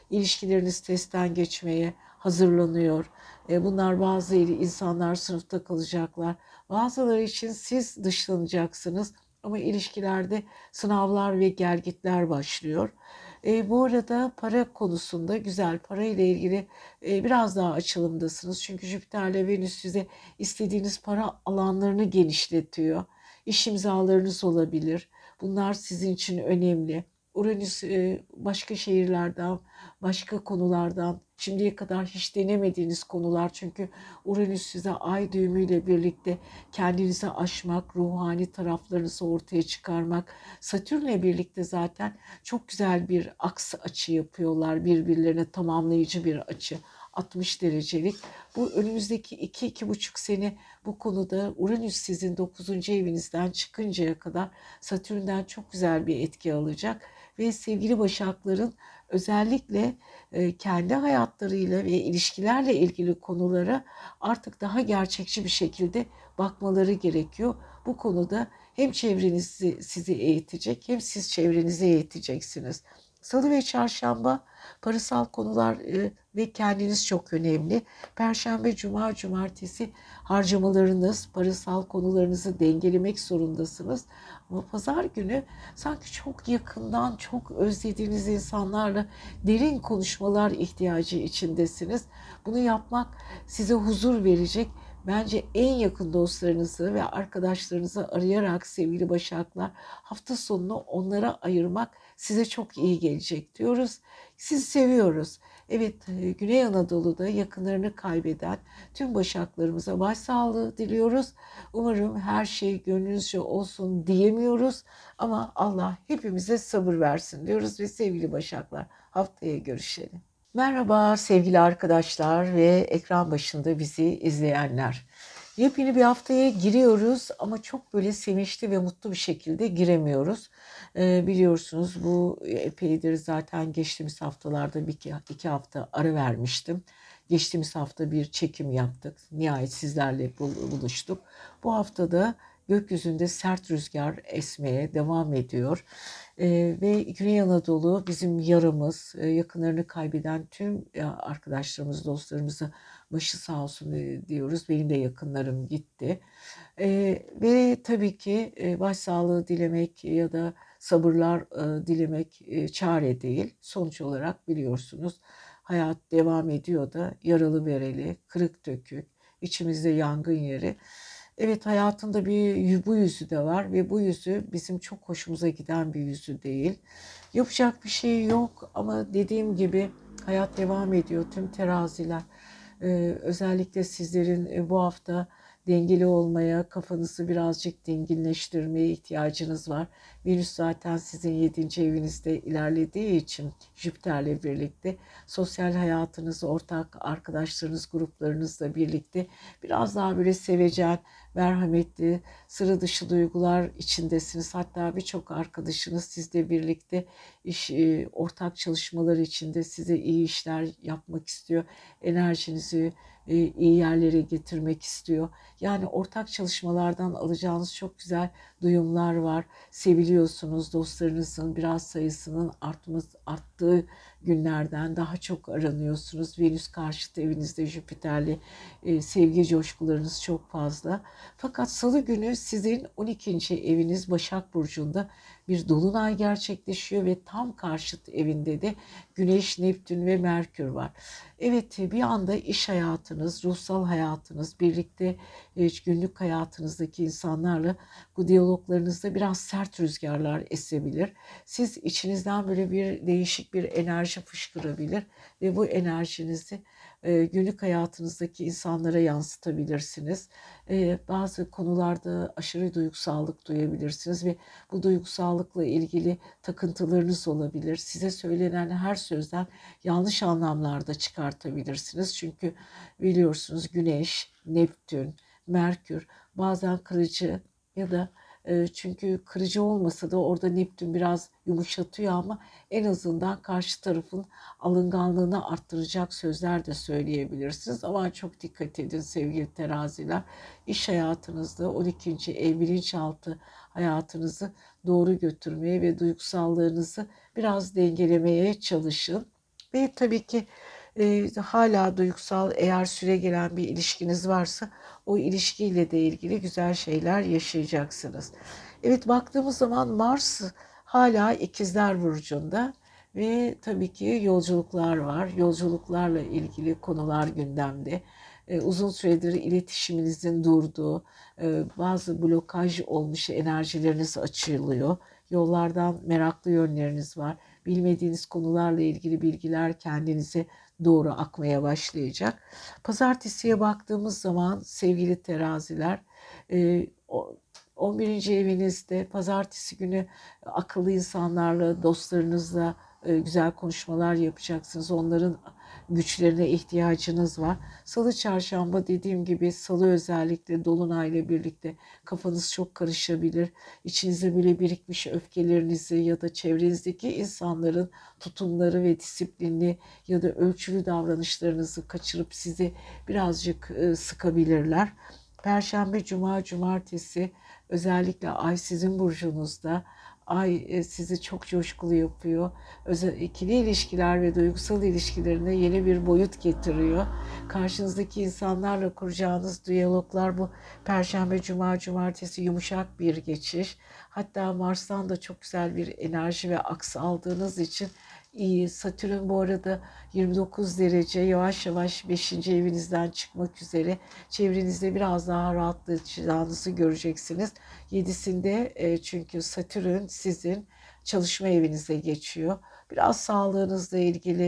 İlişkileriniz testten geçmeye hazırlanıyor. Bunlar bazı insanlar sınıfta kalacaklar. Bazıları için siz dışlanacaksınız. Ama ilişkilerde sınavlar ve gelgitler başlıyor. Bu arada para konusunda güzel, para ile ilgili biraz daha açılımdasınız. Çünkü Jüpiter'le Venüs size istediğiniz para alanlarını genişletiyor. İş imzalarınız olabilir. Bunlar sizin için önemli. Uranüs başka şehirlerden, başka konulardan, şimdiye kadar hiç denemediğiniz konular. Çünkü Uranüs size ay düğümüyle birlikte kendinizi aşmak, ruhani taraflarınızı ortaya çıkarmak. Satürn'le birlikte zaten çok güzel bir aks açı yapıyorlar, birbirlerine tamamlayıcı bir açı. 60 derecelik. Bu önümüzdeki 2-2,5 sene bu konuda Uranüs sizin 9. evinizden çıkıncaya kadar Satürn'den çok güzel bir etki alacak. Ve sevgili Başakların özellikle kendi hayatlarıyla ve ilişkilerle ilgili konulara artık daha gerçekçi bir şekilde bakmaları gerekiyor. Bu konuda hem çevreniz sizi eğitecek hem siz çevrenizi eğiteceksiniz. Salı ve çarşamba parasal konular ve kendiniz çok önemli. Perşembe, cuma, cumartesi harcamalarınız, parasal konularınızı dengelemek zorundasınız. Ama pazar günü sanki çok yakından, çok özlediğiniz insanlarla derin konuşmalar ihtiyacı içindesiniz. Bunu yapmak size huzur verecek. Bence en yakın dostlarınızı ve arkadaşlarınızı arayarak sevgili Başaklar hafta sonunu onlara ayırmak size çok iyi gelecek diyoruz. Sizi seviyoruz. Evet, Güney Anadolu'da yakınlarını kaybeden tüm Başaklarımıza başsağlığı diliyoruz. Umarım her şey gönlünüzce olsun diyemiyoruz ama Allah hepimize sabır versin diyoruz ve sevgili Başaklar haftaya görüşelim. Merhaba sevgili arkadaşlar ve ekran başında bizi izleyenler. Yepyeni bir haftaya giriyoruz ama çok böyle sevinçli ve mutlu bir şekilde giremiyoruz. Biliyorsunuz bu epeydir zaten geçtiğimiz haftalarda iki hafta ara vermiştim. Geçtiğimiz hafta bir çekim yaptık. Nihayet sizlerle buluştuk. Bu haftada gökyüzünde sert rüzgar esmeye devam ediyor. Ve Güney Anadolu bizim yaramız, yakınlarını kaybeden tüm arkadaşlarımız, dostlarımızı başı sağ olsun diyoruz. Benim de yakınlarım gitti. Ve tabii ki başsağlığı dilemek ya da sabırlar dilemek çare değil. Sonuç olarak biliyorsunuz hayat devam ediyor da yaralı bereli, kırık dökük, içimizde yangın yeri. Evet, hayatında bu yüzü de var ve bu yüzü bizim çok hoşumuza giden bir yüzü değil. Yapacak bir şey yok ama dediğim gibi hayat devam ediyor tüm teraziler. Özellikle sizlerin bu hafta dengeli olmaya, kafanızı birazcık dinginleştirmeye ihtiyacınız var. Venüs zaten sizin 7. evinizde ilerlediği için Jüpiter'le birlikte sosyal hayatınız, ortak arkadaşlarınız, gruplarınızla birlikte biraz daha böyle sevecen, merhametli, sıra dışı duygular içindesiniz. Hatta birçok arkadaşınız sizle birlikte ortak çalışmalar içinde size iyi işler yapmak istiyor. Enerjinizi iyi yerlere getirmek istiyor. Yani ortak çalışmalardan alacağınız çok güzel duyumlar var. Seviliyorsunuz, dostlarınızın biraz sayısının arttığı günlerden daha çok aranıyorsunuz. Venüs karşıt evinizde Jüpiter'le sevgi coşkularınız çok fazla. Fakat Salı günü sizin 12. eviniz Başak Burcu'nda bir dolunay gerçekleşiyor ve tam karşıt evinde de Güneş, Neptün ve Merkür var. Evet, bir anda iş hayatınız, ruhsal hayatınız, birlikte günlük hayatınızdaki insanlarla bu diyaloglarınızda biraz sert rüzgarlar esebilir. Siz içinizden böyle değişik bir enerji fışkırabilir ve bu enerjinizi günlük hayatınızdaki insanlara yansıtabilirsiniz. Bazı konularda aşırı duygusallık duyabilirsiniz ve bu duygusallıkla ilgili takıntılarınız olabilir. Size söylenen her sözden yanlış anlamlarda çıkartabilirsiniz. Çünkü biliyorsunuz Güneş, Neptün, Merkür bazen kırıcı ya da çünkü kırıcı olmasa da orada Neptün biraz yumuşatıyor ama en azından karşı tarafın alınganlığını arttıracak sözler de söyleyebilirsiniz. Ama çok dikkat edin sevgili teraziler. İş hayatınızda 12. ev bilinçaltı hayatınızı doğru götürmeye ve duygusallığınızı biraz dengelemeye çalışın. Ve tabii ki hala duygusal, eğer süregelen bir ilişkiniz varsa o ilişkiyle de ilgili güzel şeyler yaşayacaksınız. Evet, baktığımız zaman Mars hala İkizler Burcu'nda ve tabii ki yolculuklar var. Yolculuklarla ilgili konular gündemde. Uzun süredir iletişiminizin durduğu, bazı blokaj olmuş enerjileriniz açılıyor. Yollardan meraklı yönleriniz var. Bilmediğiniz konularla ilgili bilgiler kendinize doğru akmaya başlayacak. Pazartesiye baktığımız zaman sevgili teraziler, 11. evinizde pazartesi günü akıllı insanlarla, dostlarınızla güzel konuşmalar yapacaksınız. Onların güçlerine ihtiyacınız var. Salı, çarşamba dediğim gibi, salı özellikle dolunayla birlikte kafanız çok karışabilir. İçinizde böyle birikmiş öfkelerinizi ya da çevrenizdeki insanların tutumları ve disiplinli ya da ölçülü davranışlarınızı kaçırıp sizi birazcık sıkabilirler. Perşembe, cuma, cumartesi özellikle ay sizin burcunuzda. Ay sizi çok coşkulu yapıyor. İkili ilişkiler ve duygusal ilişkilerine yeni bir boyut getiriyor. Karşınızdaki insanlarla kuracağınız diyaloglar bu Perşembe, Cuma, Cumartesi yumuşak bir geçiş. Hatta Mars'tan da çok güzel bir enerji ve aks aldığınız için iyi. Satürn bu arada 29 derece, yavaş yavaş 5. evinizden çıkmak üzere. Çevrenizde biraz daha rahatlayacağınızı göreceksiniz. 7'sinde çünkü Satürn sizin çalışma evinize geçiyor. Biraz sağlığınızla ilgili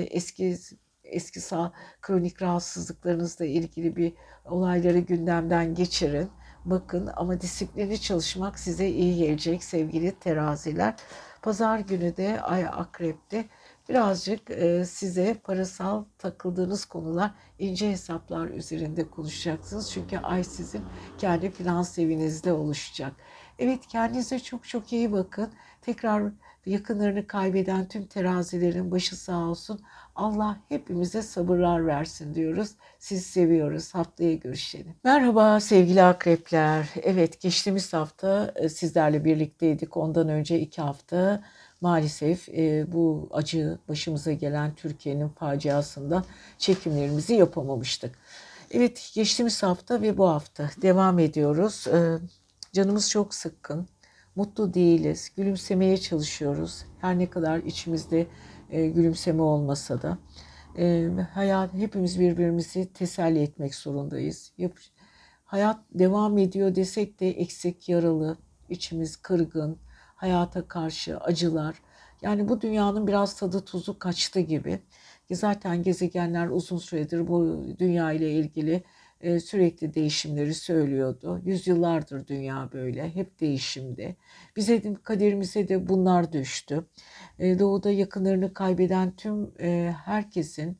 eski kronik rahatsızlıklarınızla ilgili bir olayları gündemden geçirin. Bakın, ama disiplinli çalışmak size iyi gelecek sevgili teraziler. Pazar günü de Ay Akrep'te birazcık size parasal takıldığınız konular, ince hesaplar üzerinde konuşacaksınız. Çünkü Ay sizin kendi finans evinizde oluşacak. Evet, kendinize çok çok iyi bakın. Tekrar, yakınlarını kaybeden tüm terazilerin başı sağ olsun. Allah hepimize sabırlar versin diyoruz. Sizi seviyoruz. Haftaya görüşelim. Merhaba sevgili akrepler. Evet, geçtiğimiz hafta sizlerle birlikteydik. Ondan önce 2 hafta maalesef bu acı başımıza gelen Türkiye'nin faciasından çekimlerimizi yapamamıştık. Evet, geçtiğimiz hafta ve bu hafta devam ediyoruz. Canımız çok sıkkın, mutlu değiliz, gülümsemeye çalışıyoruz. Her ne kadar içimizde gülümseme olmasa da. Hayat, hepimiz birbirimizi teselli etmek zorundayız. Hayat devam ediyor desek de eksik, yaralı, içimiz kırgın, hayata karşı acılar. Yani bu dünyanın biraz tadı tuzu kaçtı gibi. Zaten gezegenler uzun süredir bu dünya ile ilgili sürekli değişimleri söylüyordu. Yüzyıllardır dünya böyle, hep değişimde. Bize de, kaderimize de bunlar düştü. Doğuda yakınlarını kaybeden tüm herkesin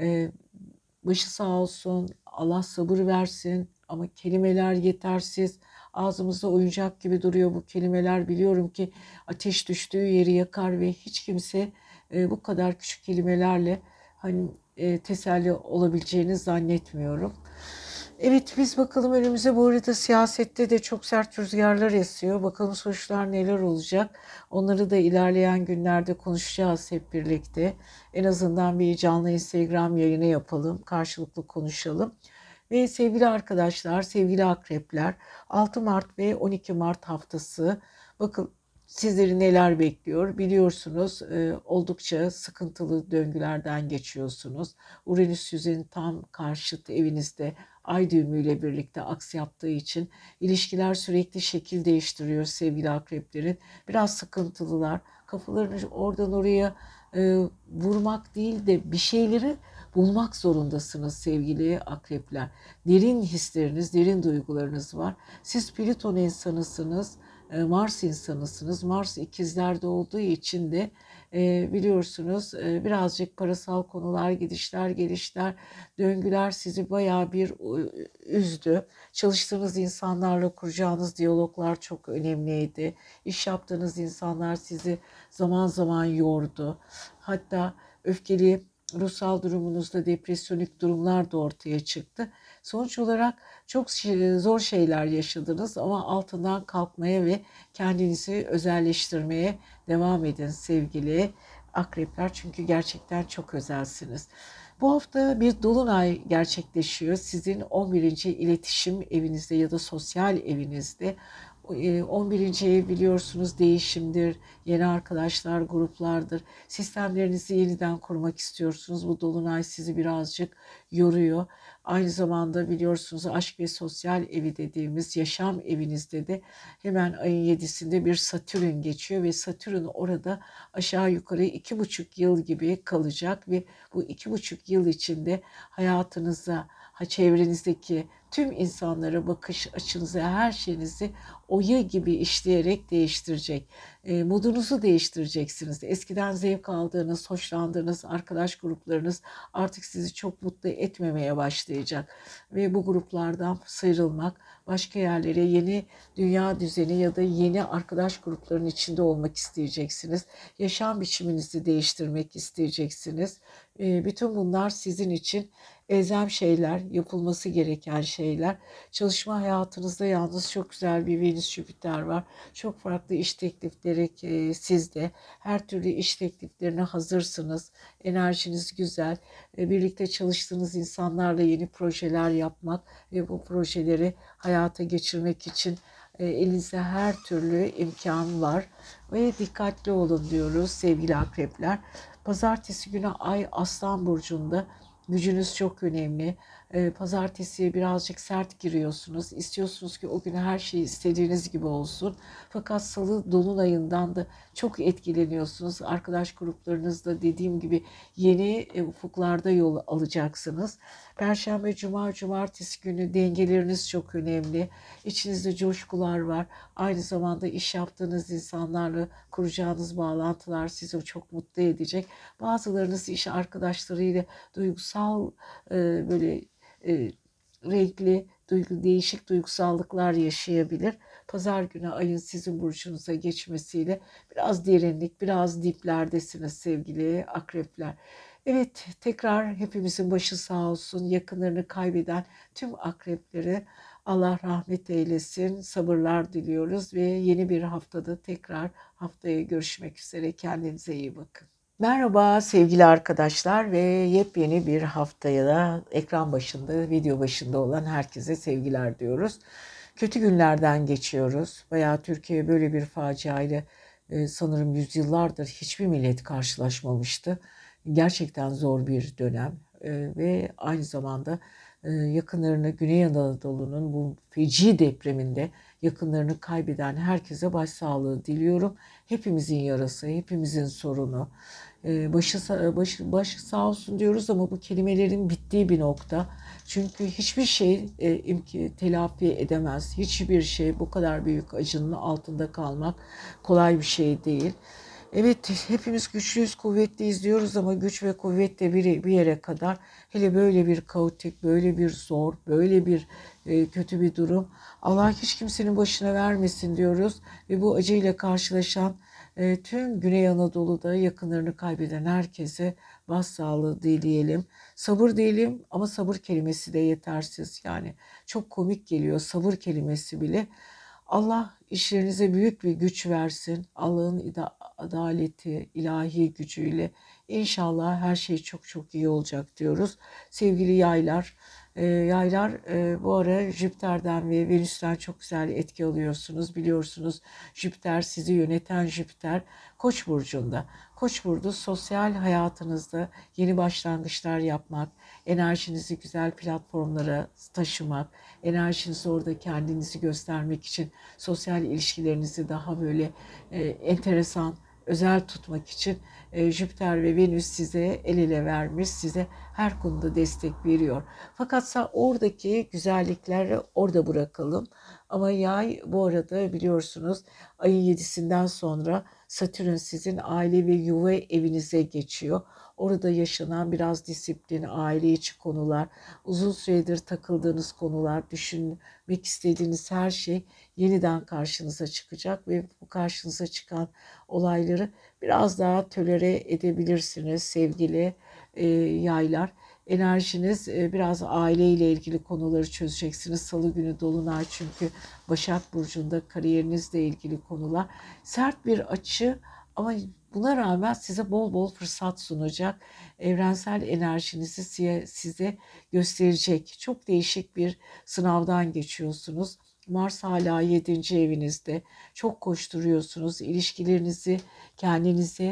başı sağ olsun, Allah sabır versin, ama kelimeler yetersiz. Ağzımızda oyuncak gibi duruyor bu kelimeler. Biliyorum ki ateş düştüğü yeri yakar ve hiç kimse bu kadar küçük kelimelerle hani teselli olabileceğini zannetmiyorum. Evet, biz bakalım önümüze. Bu arada siyasette de çok sert rüzgarlar esiyor. Bakalım sonuçlar neler olacak. Onları da ilerleyen günlerde konuşacağız hep birlikte. En azından bir canlı Instagram yayını yapalım. Karşılıklı konuşalım. Ve sevgili arkadaşlar, sevgili akrepler, 6 Mart ve 12 Mart haftası, bakın sizleri neler bekliyor biliyorsunuz. Oldukça sıkıntılı döngülerden geçiyorsunuz. Uranüs sizin tam karşıt evinizde ay düğümüyle birlikte aks yaptığı için ilişkiler sürekli şekil değiştiriyor sevgili akreplerin. Biraz sıkıntılılar. Kafalarını oradan oraya vurmak değil de bir şeyleri bulmak zorundasınız sevgili akrepler. Derin hisleriniz, derin duygularınız var. Siz Plüton insanısınız, Mars insanısınız. Mars ikizlerde olduğu için de biliyorsunuz birazcık parasal konular, gidişler, gelişler, döngüler sizi bayağı bir üzdü. Çalıştığınız insanlarla kuracağınız diyaloglar çok önemliydi. İş yaptığınız insanlar sizi zaman zaman yordu. Hatta öfkeli, ruhsal durumunuzda depresyonik durumlar da ortaya çıktı. Sonuç olarak çok zor şeyler yaşadınız ama altından kalkmaya ve kendinizi özelleştirmeye devam edin sevgili akrepler, çünkü gerçekten çok özelsiniz. Bu hafta bir dolunay gerçekleşiyor. Sizin 11. iletişim evinizde ya da sosyal evinizde. 11. ev biliyorsunuz değişimdir, yeni arkadaşlar, gruplardır. Sistemlerinizi yeniden kurmak istiyorsunuz. Bu dolunay sizi birazcık yoruyor. Aynı zamanda biliyorsunuz aşk ve sosyal evi dediğimiz yaşam evinizde de hemen ayın 7'sinde bir Satürn geçiyor ve Satürn orada aşağı yukarı 2,5 yıl gibi kalacak ve bu 2,5 yıl içinde hayatınıza, çevrenizdeki tüm insanlara bakış açınızı, her şeyinizi oya gibi işleyerek değiştirecek. Modunuzu değiştireceksiniz. Eskiden zevk aldığınız, hoşlandığınız arkadaş gruplarınız artık sizi çok mutlu etmemeye başlayacak. Ve bu gruplardan sıyrılmak, başka yerlere, yeni dünya düzeni ya da yeni arkadaş gruplarının içinde olmak isteyeceksiniz. Yaşam biçiminizi değiştirmek isteyeceksiniz. Bütün bunlar sizin için elzem şeyler, yapılması gereken şeyler. Çalışma hayatınızda yalnız çok güzel bir Venüs Jüpiter var. Çok farklı iş teklifleri sizde. Her türlü iş tekliflerine hazırsınız. Enerjiniz güzel. Birlikte çalıştığınız insanlarla yeni projeler yapmak ve bu projeleri hayata geçirmek için elinizde her türlü imkan var. Ve dikkatli olun diyoruz sevgili akrepler. Pazartesi günü Ay Aslan Burcu'nda. Gücünüz çok önemli. Pazartesiye birazcık sert giriyorsunuz. İstiyorsunuz ki o gün her şey istediğiniz gibi olsun. Fakat Salı dolunayından da çok etkileniyorsunuz. Arkadaş gruplarınızda dediğim gibi yeni ufuklarda yol alacaksınız. Perşembe, Cuma, Cumartesi günü dengeleriniz çok önemli. İçinizde coşkular var. Aynı zamanda iş yaptığınız insanlarla kuracağınız bağlantılar sizi çok mutlu edecek. Bazılarınız iş arkadaşlarıyla duygusal böyle renkli, değişik duygusallıklar yaşayabilir. Pazar günü ayın sizin burcunuza geçmesiyle biraz derinlik, biraz diplerdesiniz sevgili akrepler. Evet, tekrar hepimizin başı sağ olsun. Yakınlarını kaybeden tüm akreplere Allah rahmet eylesin. Sabırlar diliyoruz ve yeni bir haftada tekrar haftaya görüşmek üzere. Kendinize iyi bakın. Merhaba sevgili arkadaşlar ve yepyeni bir haftaya da ekran başında, video başında olan herkese sevgiler diyoruz. Kötü günlerden geçiyoruz. Bayağı Türkiye böyle bir faciayla sanırım yüzyıllardır hiçbir millet karşılaşmamıştı. Gerçekten zor bir dönem ve aynı zamanda yakınlarını, Güney Anadolu'nun bu feci depreminde yakınlarını kaybeden herkese başsağlığı diliyorum. Hepimizin yarası, hepimizin sorunu. Başı sağ olsun diyoruz ama bu kelimelerin bittiği bir nokta. Çünkü hiçbir şey telafi edemez. Hiçbir şey, bu kadar büyük acının altında kalmak kolay bir şey değil. Evet, hepimiz güçlüyüz, kuvvetliyiz diyoruz ama güç ve kuvvet de bir yere kadar, hele böyle bir kaotik, böyle bir zor, böyle bir kötü bir durum Allah hiç kimsenin başına vermesin diyoruz ve bu acıyla karşılaşan tüm Güney Anadolu'da yakınlarını kaybeden herkese başsağlığı dileyelim. Sabır diyelim ama sabır kelimesi de yetersiz. Yani çok komik geliyor sabır kelimesi bile. Allah işlerinize büyük bir güç versin. Allah'ın adaleti, ilahi gücüyle inşallah her şey çok çok iyi olacak diyoruz. Sevgili yaylar, yaylar bu ara Jüpiter'den ve Venüs'ten çok güzel etki alıyorsunuz. Biliyorsunuz Jüpiter sizi yöneten Jüpiter Koç burcunda. Koç burcu sosyal hayatınızda yeni başlangıçlar yapmak, enerjinizi güzel platformlara taşımak, enerjinizi orada kendinizi göstermek için sosyal ilişkilerinizi daha böyle enteresan, özel tutmak için Jüpiter ve Venüs size el ele vermiş, size her konuda destek veriyor. Fakat oradaki güzellikleri orada bırakalım. Ama yay bu arada biliyorsunuz ayın 7'sinden sonra Satürn sizin aile ve yuva evinize geçiyor. Orada yaşanan biraz disiplin, aile içi konular, uzun süredir takıldığınız konular, düşünmek istediğiniz her şey yeniden karşınıza çıkacak ve bu karşınıza çıkan olayları biraz daha tolere edebilirsiniz sevgili yaylar. Enerjiniz biraz aileyle ilgili konuları çözeceksiniz. Salı günü dolunay çünkü Başak Burcu'nda kariyerinizle ilgili konular. Sert bir açı ama Buna rağmen size bol bol fırsat sunacak, evrensel enerjinizi size gösterecek. Çok değişik bir sınavdan geçiyorsunuz. Mars hala 7. evinizde. Çok koşturuyorsunuz. İlişkilerinizi kendinize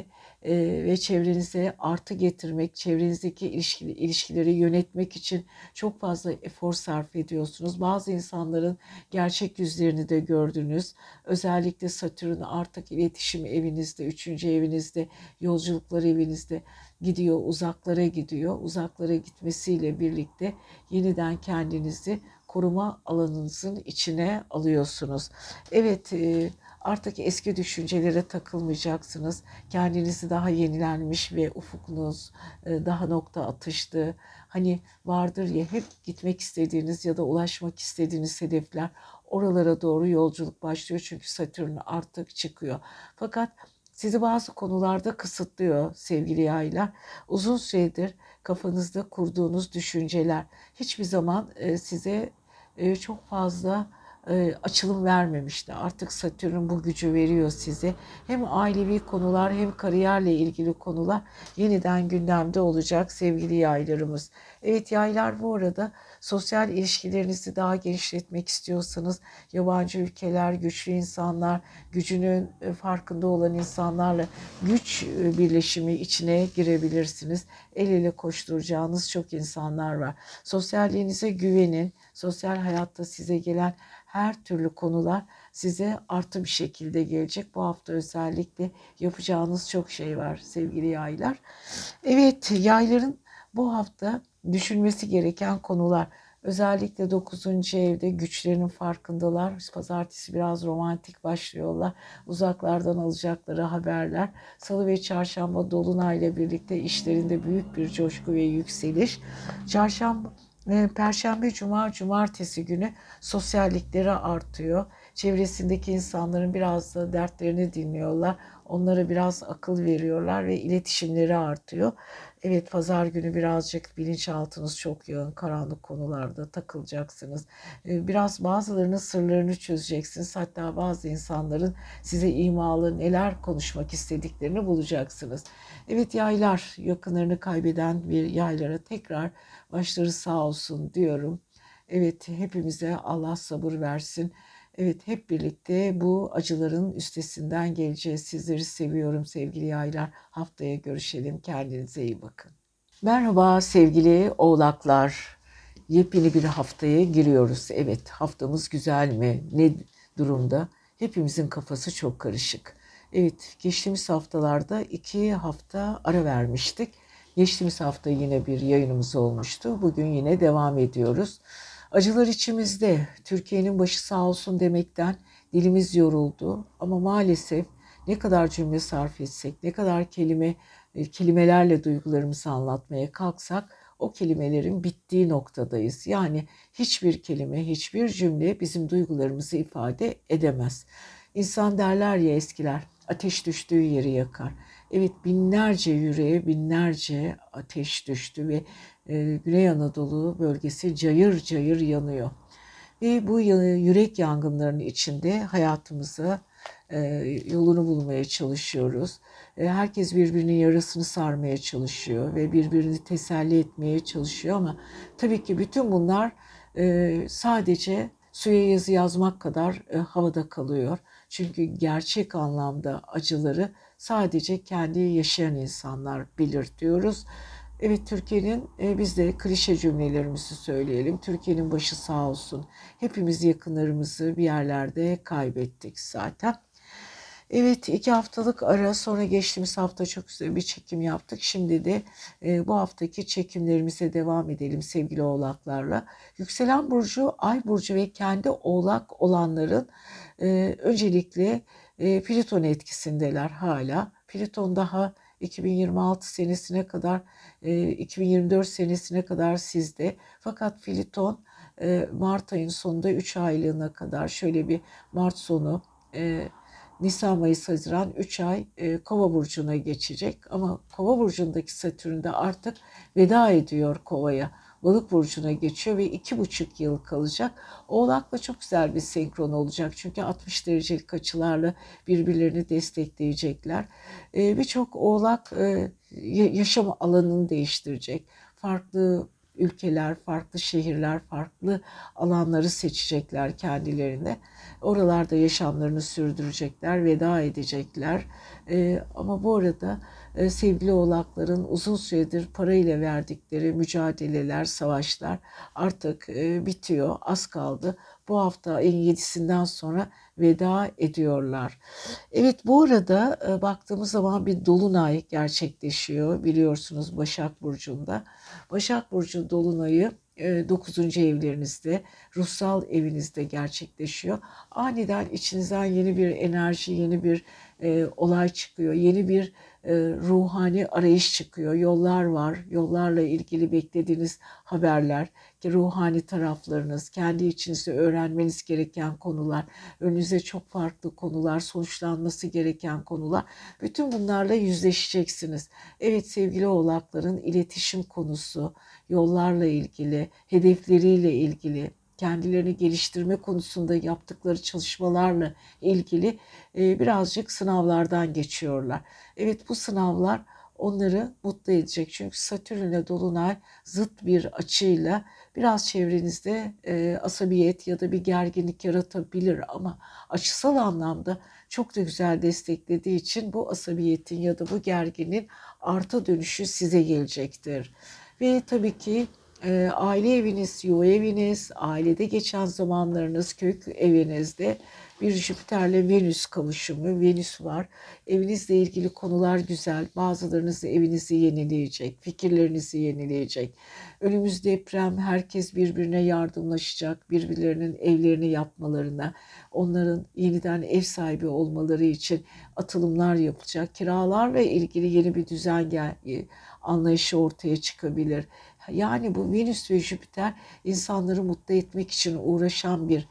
ve çevrenize artı getirmek, çevrenizdeki ilişkileri yönetmek için çok fazla efor sarf ediyorsunuz. Bazı insanların gerçek yüzlerini de gördünüz. Özellikle Satürn artık iletişim evinizde, 3. evinizde, yolculuklar evinizde gidiyor, uzaklara gidiyor. Uzaklara gitmesiyle birlikte yeniden kendinizi koruma alanınızın içine alıyorsunuz. Evet, artık eski düşüncelere takılmayacaksınız. Kendinizi daha yenilenmiş ve ufukunuz daha nokta atıştı. Hani vardır ya, hep gitmek istediğiniz ya da ulaşmak istediğiniz hedefler, oralara doğru yolculuk başlıyor. Çünkü Satürn artık çıkıyor. Fakat sizi bazı konularda kısıtlıyor sevgili yaylar. Uzun süredir kafanızda kurduğunuz düşünceler hiçbir zaman size çok fazla açılım vermemişti. Artık Satürn bu gücü veriyor size. Hem ailevi konular hem kariyerle ilgili konular yeniden gündemde olacak sevgili yaylarımız. Evet yaylar, bu arada sosyal ilişkilerinizi daha genişletmek istiyorsanız yabancı ülkeler, güçlü insanlar, gücünün farkında olan insanlarla güç birleşimi içine girebilirsiniz. El ele koşturacağınız çok insanlar var. Sosyalliğinize güvenin. Sosyal hayatta size gelen her türlü konular size artı bir şekilde gelecek. Bu hafta özellikle yapacağınız çok şey var sevgili yaylar. Evet, yayların bu hafta düşünmesi gereken konular. Özellikle 9. evde güçlerinin farkındalar. Pazartesi biraz romantik başlıyorlar. Uzaklardan alacakları haberler. Salı ve çarşamba dolunayla birlikte işlerinde büyük bir coşku ve yükseliş. Çarşamba, Perşembe, Cuma, Cumartesi günü sosyallikleri artıyor. Çevresindeki insanların biraz da dertlerini dinliyorlar. Onlara biraz akıl veriyorlar ve iletişimleri artıyor. Evet, pazar günü birazcık bilinçaltınız çok yoğun, karanlık konularda takılacaksınız. Biraz bazılarının sırlarını çözeceksiniz. Hatta bazı insanların size imalı neler konuşmak istediklerini bulacaksınız. Evet yaylar, yakınlarını kaybeden bir yaylara tekrar başları sağ olsun diyorum. Evet, hepimize Allah sabır versin. Evet, hep birlikte bu acıların üstesinden geleceğiz. Sizleri seviyorum sevgili yaylar. Haftaya görüşelim. Kendinize iyi bakın. Merhaba sevgili oğlaklar. Yepyeni bir haftaya giriyoruz. Evet, haftamız güzel mi? Ne durumda? Hepimizin kafası çok karışık. Evet, geçtiğimiz haftalarda 2 hafta ara vermiştik. Geçtiğimiz hafta yine bir yayınımız olmuştu. Bugün yine devam ediyoruz. Acılar içimizde. Türkiye'nin başı sağ olsun demekten dilimiz yoruldu. Ama maalesef ne kadar cümle sarf etsek, ne kadar kelimelerle duygularımızı anlatmaya kalksak o kelimelerin bittiği noktadayız. Yani hiçbir kelime, hiçbir cümle bizim duygularımızı ifade edemez. İnsan derler ya eskiler, ateş düştüğü yeri yakar. Evet, binlerce yüreğe binlerce ateş düştü ve Güney Anadolu bölgesi cayır cayır yanıyor. Ve bu yürek yangınlarının içinde hayatımıza yolunu bulmaya çalışıyoruz. Herkes birbirinin yarasını sarmaya çalışıyor ve birbirini teselli etmeye çalışıyor ama tabii ki bütün bunlar sadece suya yazı yazmak kadar havada kalıyor. Çünkü gerçek anlamda acıları sadece kendi yaşayan insanlar bilir diyoruz. Evet, Türkiye'nin biz de klişe cümlelerimizi söyleyelim. Türkiye'nin başı sağ olsun. Hepimiz yakınlarımızı bir yerlerde kaybettik zaten. Evet, 2 haftalık ara sonra geçtiğimiz hafta çok güzel bir çekim yaptık. Şimdi de bu haftaki çekimlerimize devam edelim sevgili oğlaklarla. Yükselen burcu, ay burcu ve kendi oğlak olanların öncelikle Plüton etkisindeler hala. Plüton daha 2026 senesine kadar, 2024 senesine kadar sizde. Fakat Plüton Mart ayının sonunda 3 aylığına kadar, şöyle bir Mart sonu, Nisan, Mayıs, Haziran 3 ay Kova burcuna geçecek. Ama Kova burcundaki Satürn de artık veda ediyor Kova'ya. Balık burcuna geçiyor ve 2,5 yıl kalacak. Oğlak'la çok güzel bir senkron olacak. Çünkü 60 derecelik açılarla birbirlerini destekleyecekler. Birçok Oğlak yaşam alanını değiştirecek. Farklı ülkeler, farklı şehirler, farklı alanları seçecekler kendilerine. Oralarda yaşamlarını sürdürecekler, veda edecekler. Ama bu arada sevgili Oğlakların uzun süredir parayla verdikleri mücadeleler, savaşlar artık bitiyor. Az kaldı. Bu hafta ayın 7'sinden sonra veda ediyorlar. Evet, bu arada baktığımız zaman bir dolunay gerçekleşiyor biliyorsunuz Başak Burcu'nda. Başak Burcu dolunayı 9. evlerinizde, ruhsal evinizde gerçekleşiyor. Aniden içinizden yeni bir enerji, yeni bir olay çıkıyor, yeni bir ruhani arayış çıkıyor. Yollar var, yollarla ilgili beklediğiniz haberler, ki ruhani taraflarınız, kendi içinizde öğrenmeniz gereken konular, önünüze çok farklı konular, sonuçlanması gereken konular. Bütün bunlarla yüzleşeceksiniz. Evet sevgili Oğlakların iletişim konusu, yollarla ilgili, hedefleriyle ilgili, kendilerini geliştirme konusunda yaptıkları çalışmalarla ilgili birazcık sınavlardan geçiyorlar. Evet, bu sınavlar onları mutlu edecek. Çünkü Satürn'e dolunay zıt bir açıyla biraz çevrenizde asabiyet ya da bir gerginlik yaratabilir ama açısal anlamda çok da güzel desteklediği için bu asabiyetin ya da bu gerginin arta dönüşü size gelecektir. Ve tabii ki aile eviniz, yuva eviniz, ailede geçen zamanlarınız, kök evinizde bir Jüpiter'le Venüs kavuşumu, Venüs var. Evinizle ilgili konular güzel. Bazılarınız da evinizi yenileyecek, fikirlerinizi yenileyecek. Önümüz deprem, herkes birbirine yardımlaşacak, birbirlerinin evlerini yapmalarına, onların yeniden ev sahibi olmaları için atılımlar yapılacak. Kiralarla ilgili yeni bir düzen anlayışı ortaya çıkabilir. Yani bu Venüs ve Jüpiter insanları mutlu etmek için uğraşan bir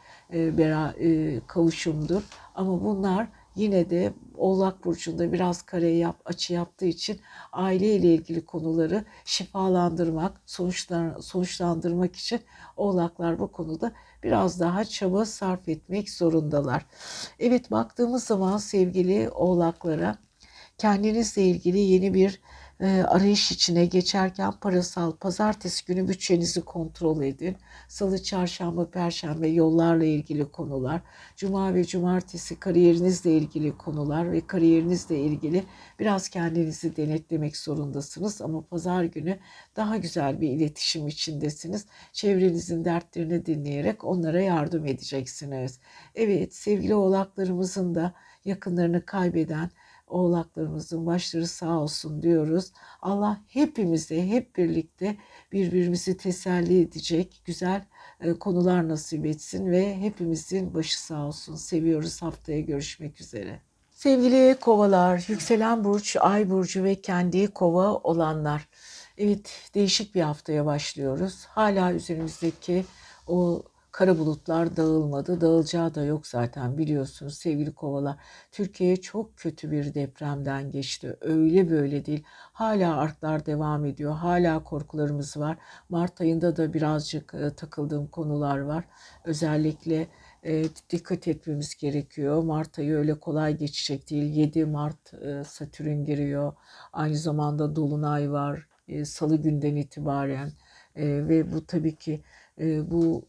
kavuşumdur. Ama bunlar yine de Oğlak Burcu'nda biraz açı yaptığı için aile ile ilgili konuları şifalandırmak, sonuçlandırmak için Oğlaklar bu konuda biraz daha çaba sarf etmek zorundalar. Evet, baktığımız zaman sevgili Oğlaklara, kendinizle ilgili yeni bir arayış içine geçerken pazartesi günü bütçenizi kontrol edin. Salı, çarşamba, perşembe yollarla ilgili konular. Cuma ve cumartesi kariyerinizle ilgili konular ve kariyerinizle ilgili biraz kendinizi denetlemek zorundasınız. Ama pazar günü daha güzel bir iletişim içindesiniz. Çevrenizin dertlerini dinleyerek onlara yardım edeceksiniz. Evet, sevgili oğlaklarımızın da yakınlarını kaybeden Oğlaklarımızın başları sağ olsun diyoruz. Allah hepimize hep birlikte birbirimizi teselli edecek güzel konular nasip etsin ve hepimizin başı sağ olsun. Seviyoruz. Haftaya görüşmek üzere. Sevgili kovalar, yükselen burç, ay burcu ve kendi kova olanlar. Evet, değişik bir haftaya başlıyoruz. Hala üzerimizdeki o kara bulutlar dağılmadı. Dağılacağı da yok zaten, biliyorsunuz sevgili kovalar. Türkiye çok kötü bir depremden geçti. Öyle böyle değil. Hala artlar devam ediyor. Hala korkularımız var. Mart ayında da birazcık takıldığım konular var. Özellikle dikkat etmemiz gerekiyor. Mart ayı öyle kolay geçecek değil. 7 Mart Satürn giriyor. Aynı zamanda Dolunay var. Salı günden itibaren. Ve bu tabii ki bu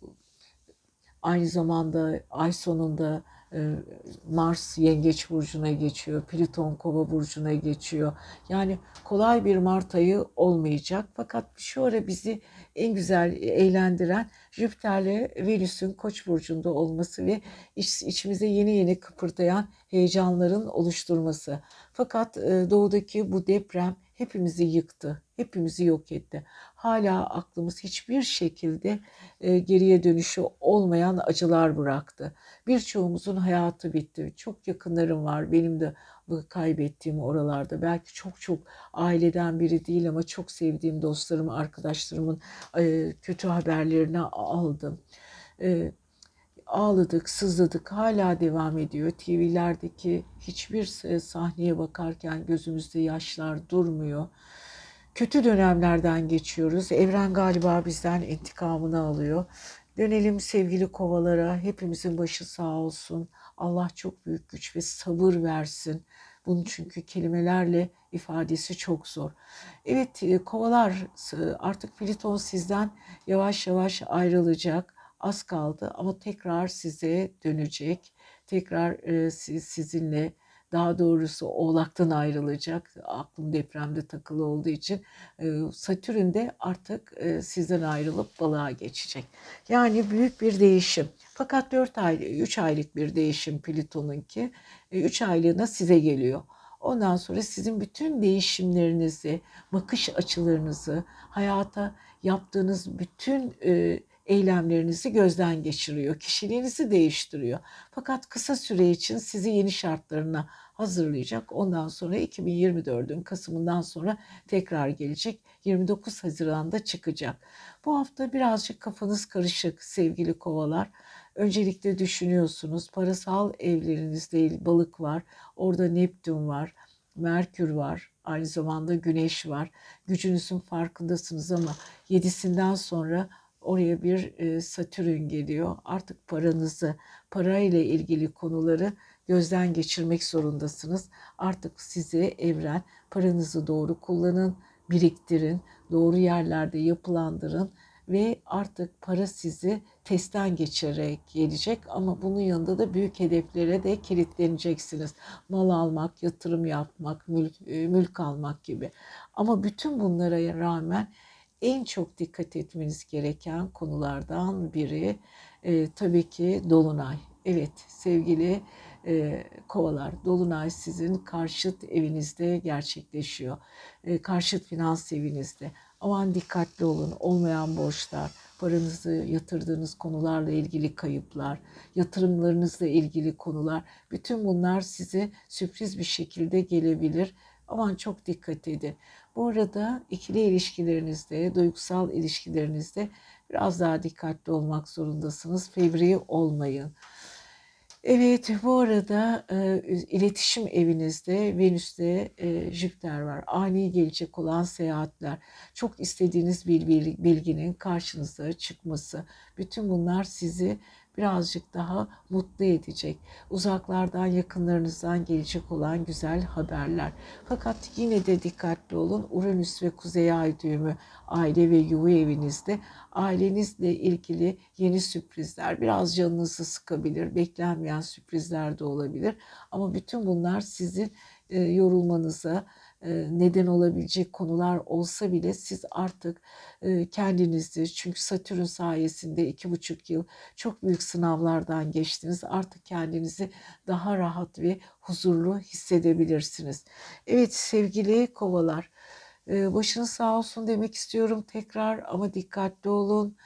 aynı zamanda ay sonunda Mars Yengeç Burcu'na geçiyor. Plüton Kova Burcu'na geçiyor. Yani kolay bir Mart ayı olmayacak. Fakat şu ara bizi en güzel eğlendiren Jüpiter'le Venüs'ün Koç burcunda olması ve içimize yeni yeni kıpırdayan heyecanların oluşturması. Fakat doğudaki bu deprem hepimizi yıktı, hepimizi yok etti. Hala aklımız hiçbir şekilde geriye dönüşü olmayan acılar bıraktı. Birçoğumuzun hayatı bitti. Çok yakınlarım var. Benim de kaybettiğim oralarda. Belki çok çok aileden biri değil ama çok sevdiğim dostlarım, arkadaşlarımın kötü haberlerini aldım. Ağladık, sızladık, hala devam ediyor. TV'lerdeki hiçbir sahneye bakarken gözümüzde yaşlar durmuyor. kötü dönemlerden geçiyoruz. Evren galiba bizden intikamını alıyor. Dönelim sevgili kovalara. Hepimizin başı sağ olsun. Allah çok büyük güç ve sabır versin. Bunun çünkü kelimelerle ifadesi çok zor. Evet kovalar, artık Plüton sizden yavaş yavaş ayrılacak. Az kaldı ama tekrar size dönecek. Tekrar sizinle, daha doğrusu Oğlak'tan ayrılacak. Aklım depremde takılı olduğu için Satürn de artık sizden ayrılıp Balığa geçecek. Yani büyük bir değişim. Fakat 4 ay, 3 aylık bir değişim Plüton'unki. 3 aylığına size geliyor. Ondan sonra sizin bütün değişimlerinizi, bakış açılarınızı, hayata yaptığınız bütün eylemlerinizi gözden geçiriyor. Kişiliğinizi değiştiriyor. Fakat kısa süre için sizi yeni şartlarına hazırlayacak. Ondan sonra 2024'ün Kasım'ından sonra tekrar gelecek. 29 Haziran'da çıkacak. Bu hafta birazcık kafanız karışık sevgili kovalar. Öncelikle düşünüyorsunuz. Parasal evlerinizde Balık var. Orada Neptün var. Merkür var. Aynı zamanda Güneş var. Gücünüzün farkındasınız ama 7'sinden sonra oraya bir Satürn geliyor. Artık paranızı, parayla ilgili konuları gözden geçirmek zorundasınız. Artık size evren paranızı doğru kullanın, biriktirin, doğru yerlerde yapılandırın ve artık para sizi testten geçirerek gelecek ama bunun yanında da büyük hedeflere de kilitleneceksiniz. Mal almak, yatırım yapmak, mülk almak gibi. Ama bütün bunlara rağmen en çok dikkat etmeniz gereken konulardan biri tabii ki Dolunay. Evet sevgili kovalar, Dolunay sizin karşıt evinizde gerçekleşiyor. Karşıt finans evinizde. Aman dikkatli olun, olmayan borçlar, paranızı yatırdığınız konularla ilgili kayıplar, yatırımlarınızla ilgili konular, bütün bunlar size sürpriz bir şekilde gelebilir. Aman çok dikkat edin. Bu arada ikili ilişkilerinizde, duygusal ilişkilerinizde biraz daha dikkatli olmak zorundasınız. Fevri olmayın. Evet, bu arada iletişim evinizde Venüs'te Jüpiter var. Ani gelecek olan seyahatler, çok istediğiniz bir bilginin karşınıza çıkması, bütün bunlar sizi birazcık daha mutlu edecek. Uzaklardan, yakınlarınızdan gelecek olan güzel haberler. Fakat yine de dikkatli olun. Uranüs ve Kuzey Ay düğümü aile ve yuva evinizde. Ailenizle ilgili yeni sürprizler biraz canınızı sıkabilir. Beklenmeyen sürprizler de olabilir. Ama bütün bunlar sizin yorulmanıza neden olabilecek konular olsa bile siz artık kendinizi, çünkü Satürn sayesinde 2,5 yıl çok büyük sınavlardan geçtiniz. Artık kendinizi daha rahat ve huzurlu hissedebilirsiniz. Evet sevgili kovalar, başınız sağ olsun demek istiyorum tekrar ama dikkatli olun.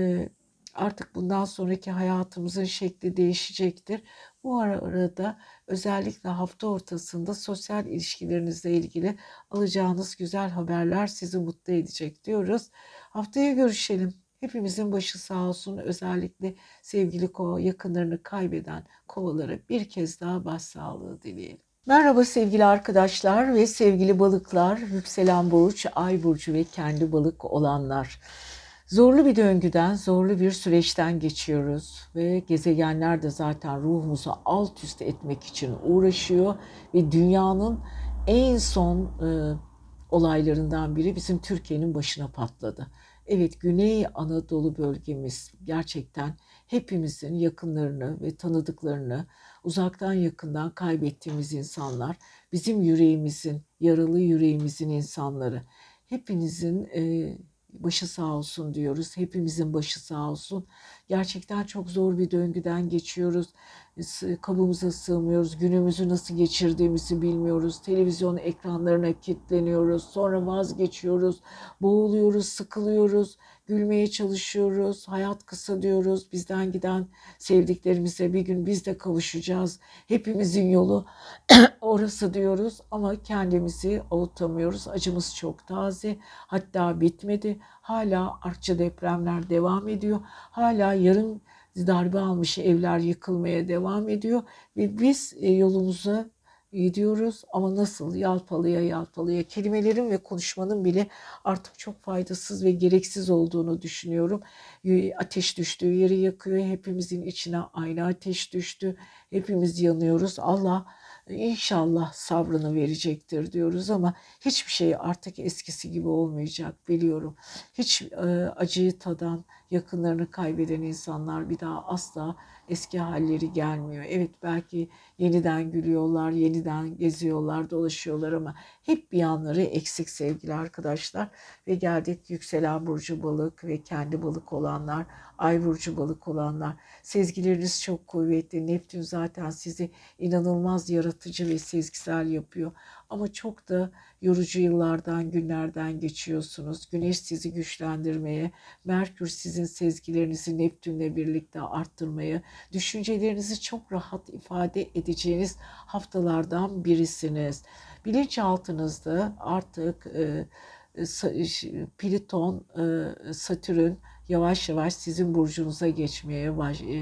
Artık bundan sonraki hayatımızın şekli değişecektir. Bu arada özellikle hafta ortasında sosyal ilişkilerinizle ilgili alacağınız güzel haberler sizi mutlu edecek diyoruz. Haftaya görüşelim. Hepimizin başı sağ olsun. Özellikle sevgili kova, yakınlarını kaybeden kovalara bir kez daha başsağlığı dileyelim. Merhaba sevgili arkadaşlar ve sevgili balıklar, yükselen burç, ay burcu ve kendi balık olanlar. Zorlu bir döngüden, zorlu bir süreçten geçiyoruz ve gezegenler de zaten ruhumuzu alt üst etmek için uğraşıyor ve dünyanın en son olaylarından biri bizim Türkiye'nin başına patladı. Evet, Güney Anadolu bölgemiz gerçekten hepimizin yakınlarını ve tanıdıklarını uzaktan yakından kaybettiğimiz insanlar, bizim yüreğimizin, yaralı yüreğimizin insanları. Hepinizin başı sağ olsun diyoruz. Hepimizin başı sağ olsun. Gerçekten çok zor bir döngüden geçiyoruz. Kabımıza sığmıyoruz. Günümüzü nasıl geçirdiğimizi bilmiyoruz. Televizyon ekranlarına kilitleniyoruz. Sonra vazgeçiyoruz. Boğuluyoruz, sıkılıyoruz. Gülmeye çalışıyoruz. Hayat kısa diyoruz. Bizden giden sevdiklerimize bir gün biz de kavuşacağız. Hepimizin yolu orası diyoruz ama kendimizi avutamıyoruz. Acımız çok taze. Hatta bitmedi. Hala artçı depremler devam ediyor. Hala yarım darbe almış evler yıkılmaya devam ediyor ve biz yolumuza ediyoruz ama nasıl yalpalıya yalpalıya kelimelerin ve konuşmanın bile artık çok faydasız ve gereksiz olduğunu düşünüyorum. Ateş düştüğü yeri yakıyor. Hepimizin içine aynı ateş düştü. Hepimiz yanıyoruz. Allah inşallah sabrını verecektir diyoruz ama hiçbir şey artık eskisi gibi olmayacak biliyorum. Hiç acıyı tadan, yakınlarını kaybeden insanlar bir daha asla eski halleri gelmiyor. Evet belki yeniden gülüyorlar, yeniden geziyorlar, dolaşıyorlar ama hep bir yanları eksik sevgili arkadaşlar. Ve geldik yükselen burcu balık ve kendi balık olanlar, ay burcu balık olanlar. Sezgileriniz çok kuvvetli. Neptün zaten sizi inanılmaz yaratıcı ve sezgisel yapıyor. Ama çok da yorucu yıllardan, günlerden geçiyorsunuz. Güneş sizi güçlendirmeye, Merkür sizin sezgilerinizi Neptünle birlikte arttırmaya, düşüncelerinizi çok rahat ifade edeceğiniz haftalardan birisiniz. Bilinçaltınızda artık Plüton, Satürn yavaş yavaş sizin burcunuza geçmeye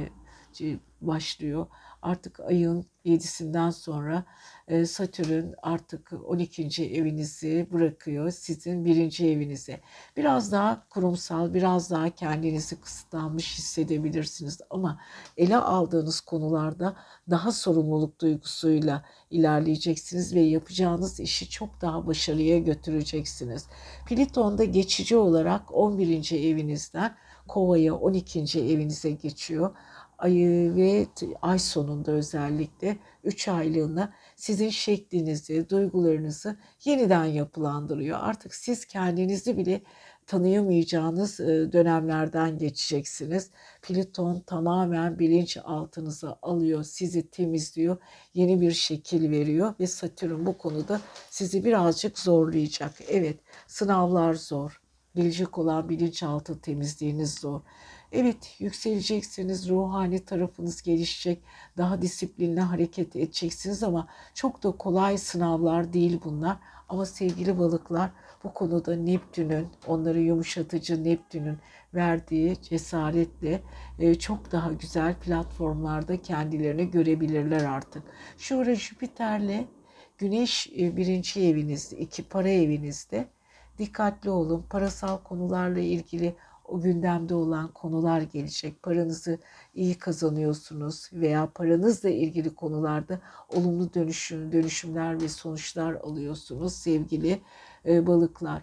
başlıyor. Artık ayın 7'sinden sonra Satürn artık 12. evinizi bırakıyor sizin 1. evinize. Biraz daha kurumsal, biraz daha kendinizi kısıtlanmış hissedebilirsiniz ama ele aldığınız konularda daha sorumluluk duygusuyla ilerleyeceksiniz ve yapacağınız işi çok daha başarıya götüreceksiniz. Plüton da geçici olarak 11. evinizden Kova'ya 12. evinize geçiyor. Ayı ve ay sonunda özellikle 3 aylığına sizin şeklinizi, duygularınızı yeniden yapılandırıyor. Artık siz kendinizi bile tanıyamayacağınız dönemlerden geçeceksiniz. Plüton tamamen bilinçaltınıza alıyor, sizi temizliyor, yeni bir şekil veriyor ve Satürn bu konuda sizi birazcık zorlayacak. Evet, sınavlar zor. Gelecek olan bilinçaltı temizliğiniz zor. Evet, yükseleceksiniz, ruhani tarafınız gelişecek, daha disiplinli hareket edeceksiniz ama çok da kolay sınavlar değil bunlar. Ama sevgili balıklar, bu konuda Neptün'ün, onları yumuşatıcı Neptün'ün verdiği cesaretle çok daha güzel platformlarda kendilerini görebilirler artık. Şu ara Jüpiter'le Güneş 1. evinizde, 2 para evinizde. Dikkatli olun. Parasal konularla ilgili o gündemde olan konular gelecek. Paranızı iyi kazanıyorsunuz veya paranızla ilgili konularda olumlu dönüşümler ve sonuçlar alıyorsunuz sevgili balıklar.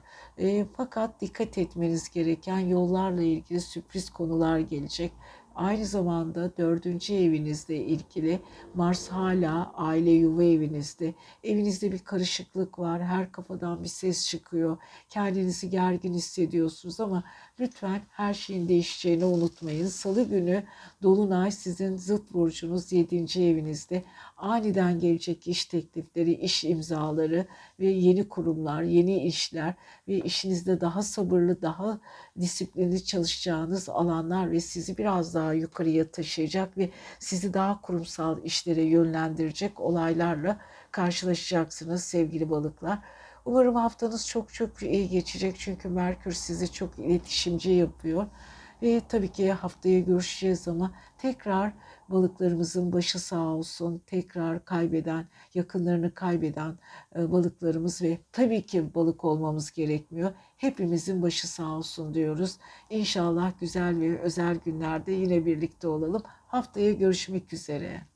Fakat dikkat etmeniz gereken yollarla ilgili sürpriz konular gelecek. Aynı zamanda 4. evinizle ilgili Mars hala aile yuva evinizde. Evinizde bir karışıklık var. Her kafadan bir ses çıkıyor. Kendinizi gergin hissediyorsunuz ama lütfen her şeyin değişeceğini unutmayın. Salı günü Dolunay sizin zıt burcunuz 7. evinizde. Aniden gelecek iş teklifleri, iş imzaları ve yeni kurumlar, yeni işler ve işinizde daha sabırlı, daha disiplinli çalışacağınız alanlar ve sizi biraz daha yukarıya taşıyacak ve sizi daha kurumsal işlere yönlendirecek olaylarla karşılaşacaksınız sevgili balıklar. Umarım haftanız çok çok iyi geçecek çünkü Merkür sizi çok iletişimci yapıyor. Ve tabii ki haftaya görüşeceğiz ama tekrar balıklarımızın başı sağ olsun. Tekrar kaybeden, yakınlarını kaybeden balıklarımız ve tabii ki balık olmamız gerekmiyor. Hepimizin başı sağ olsun diyoruz. İnşallah güzel ve özel günlerde yine birlikte olalım. Haftaya görüşmek üzere.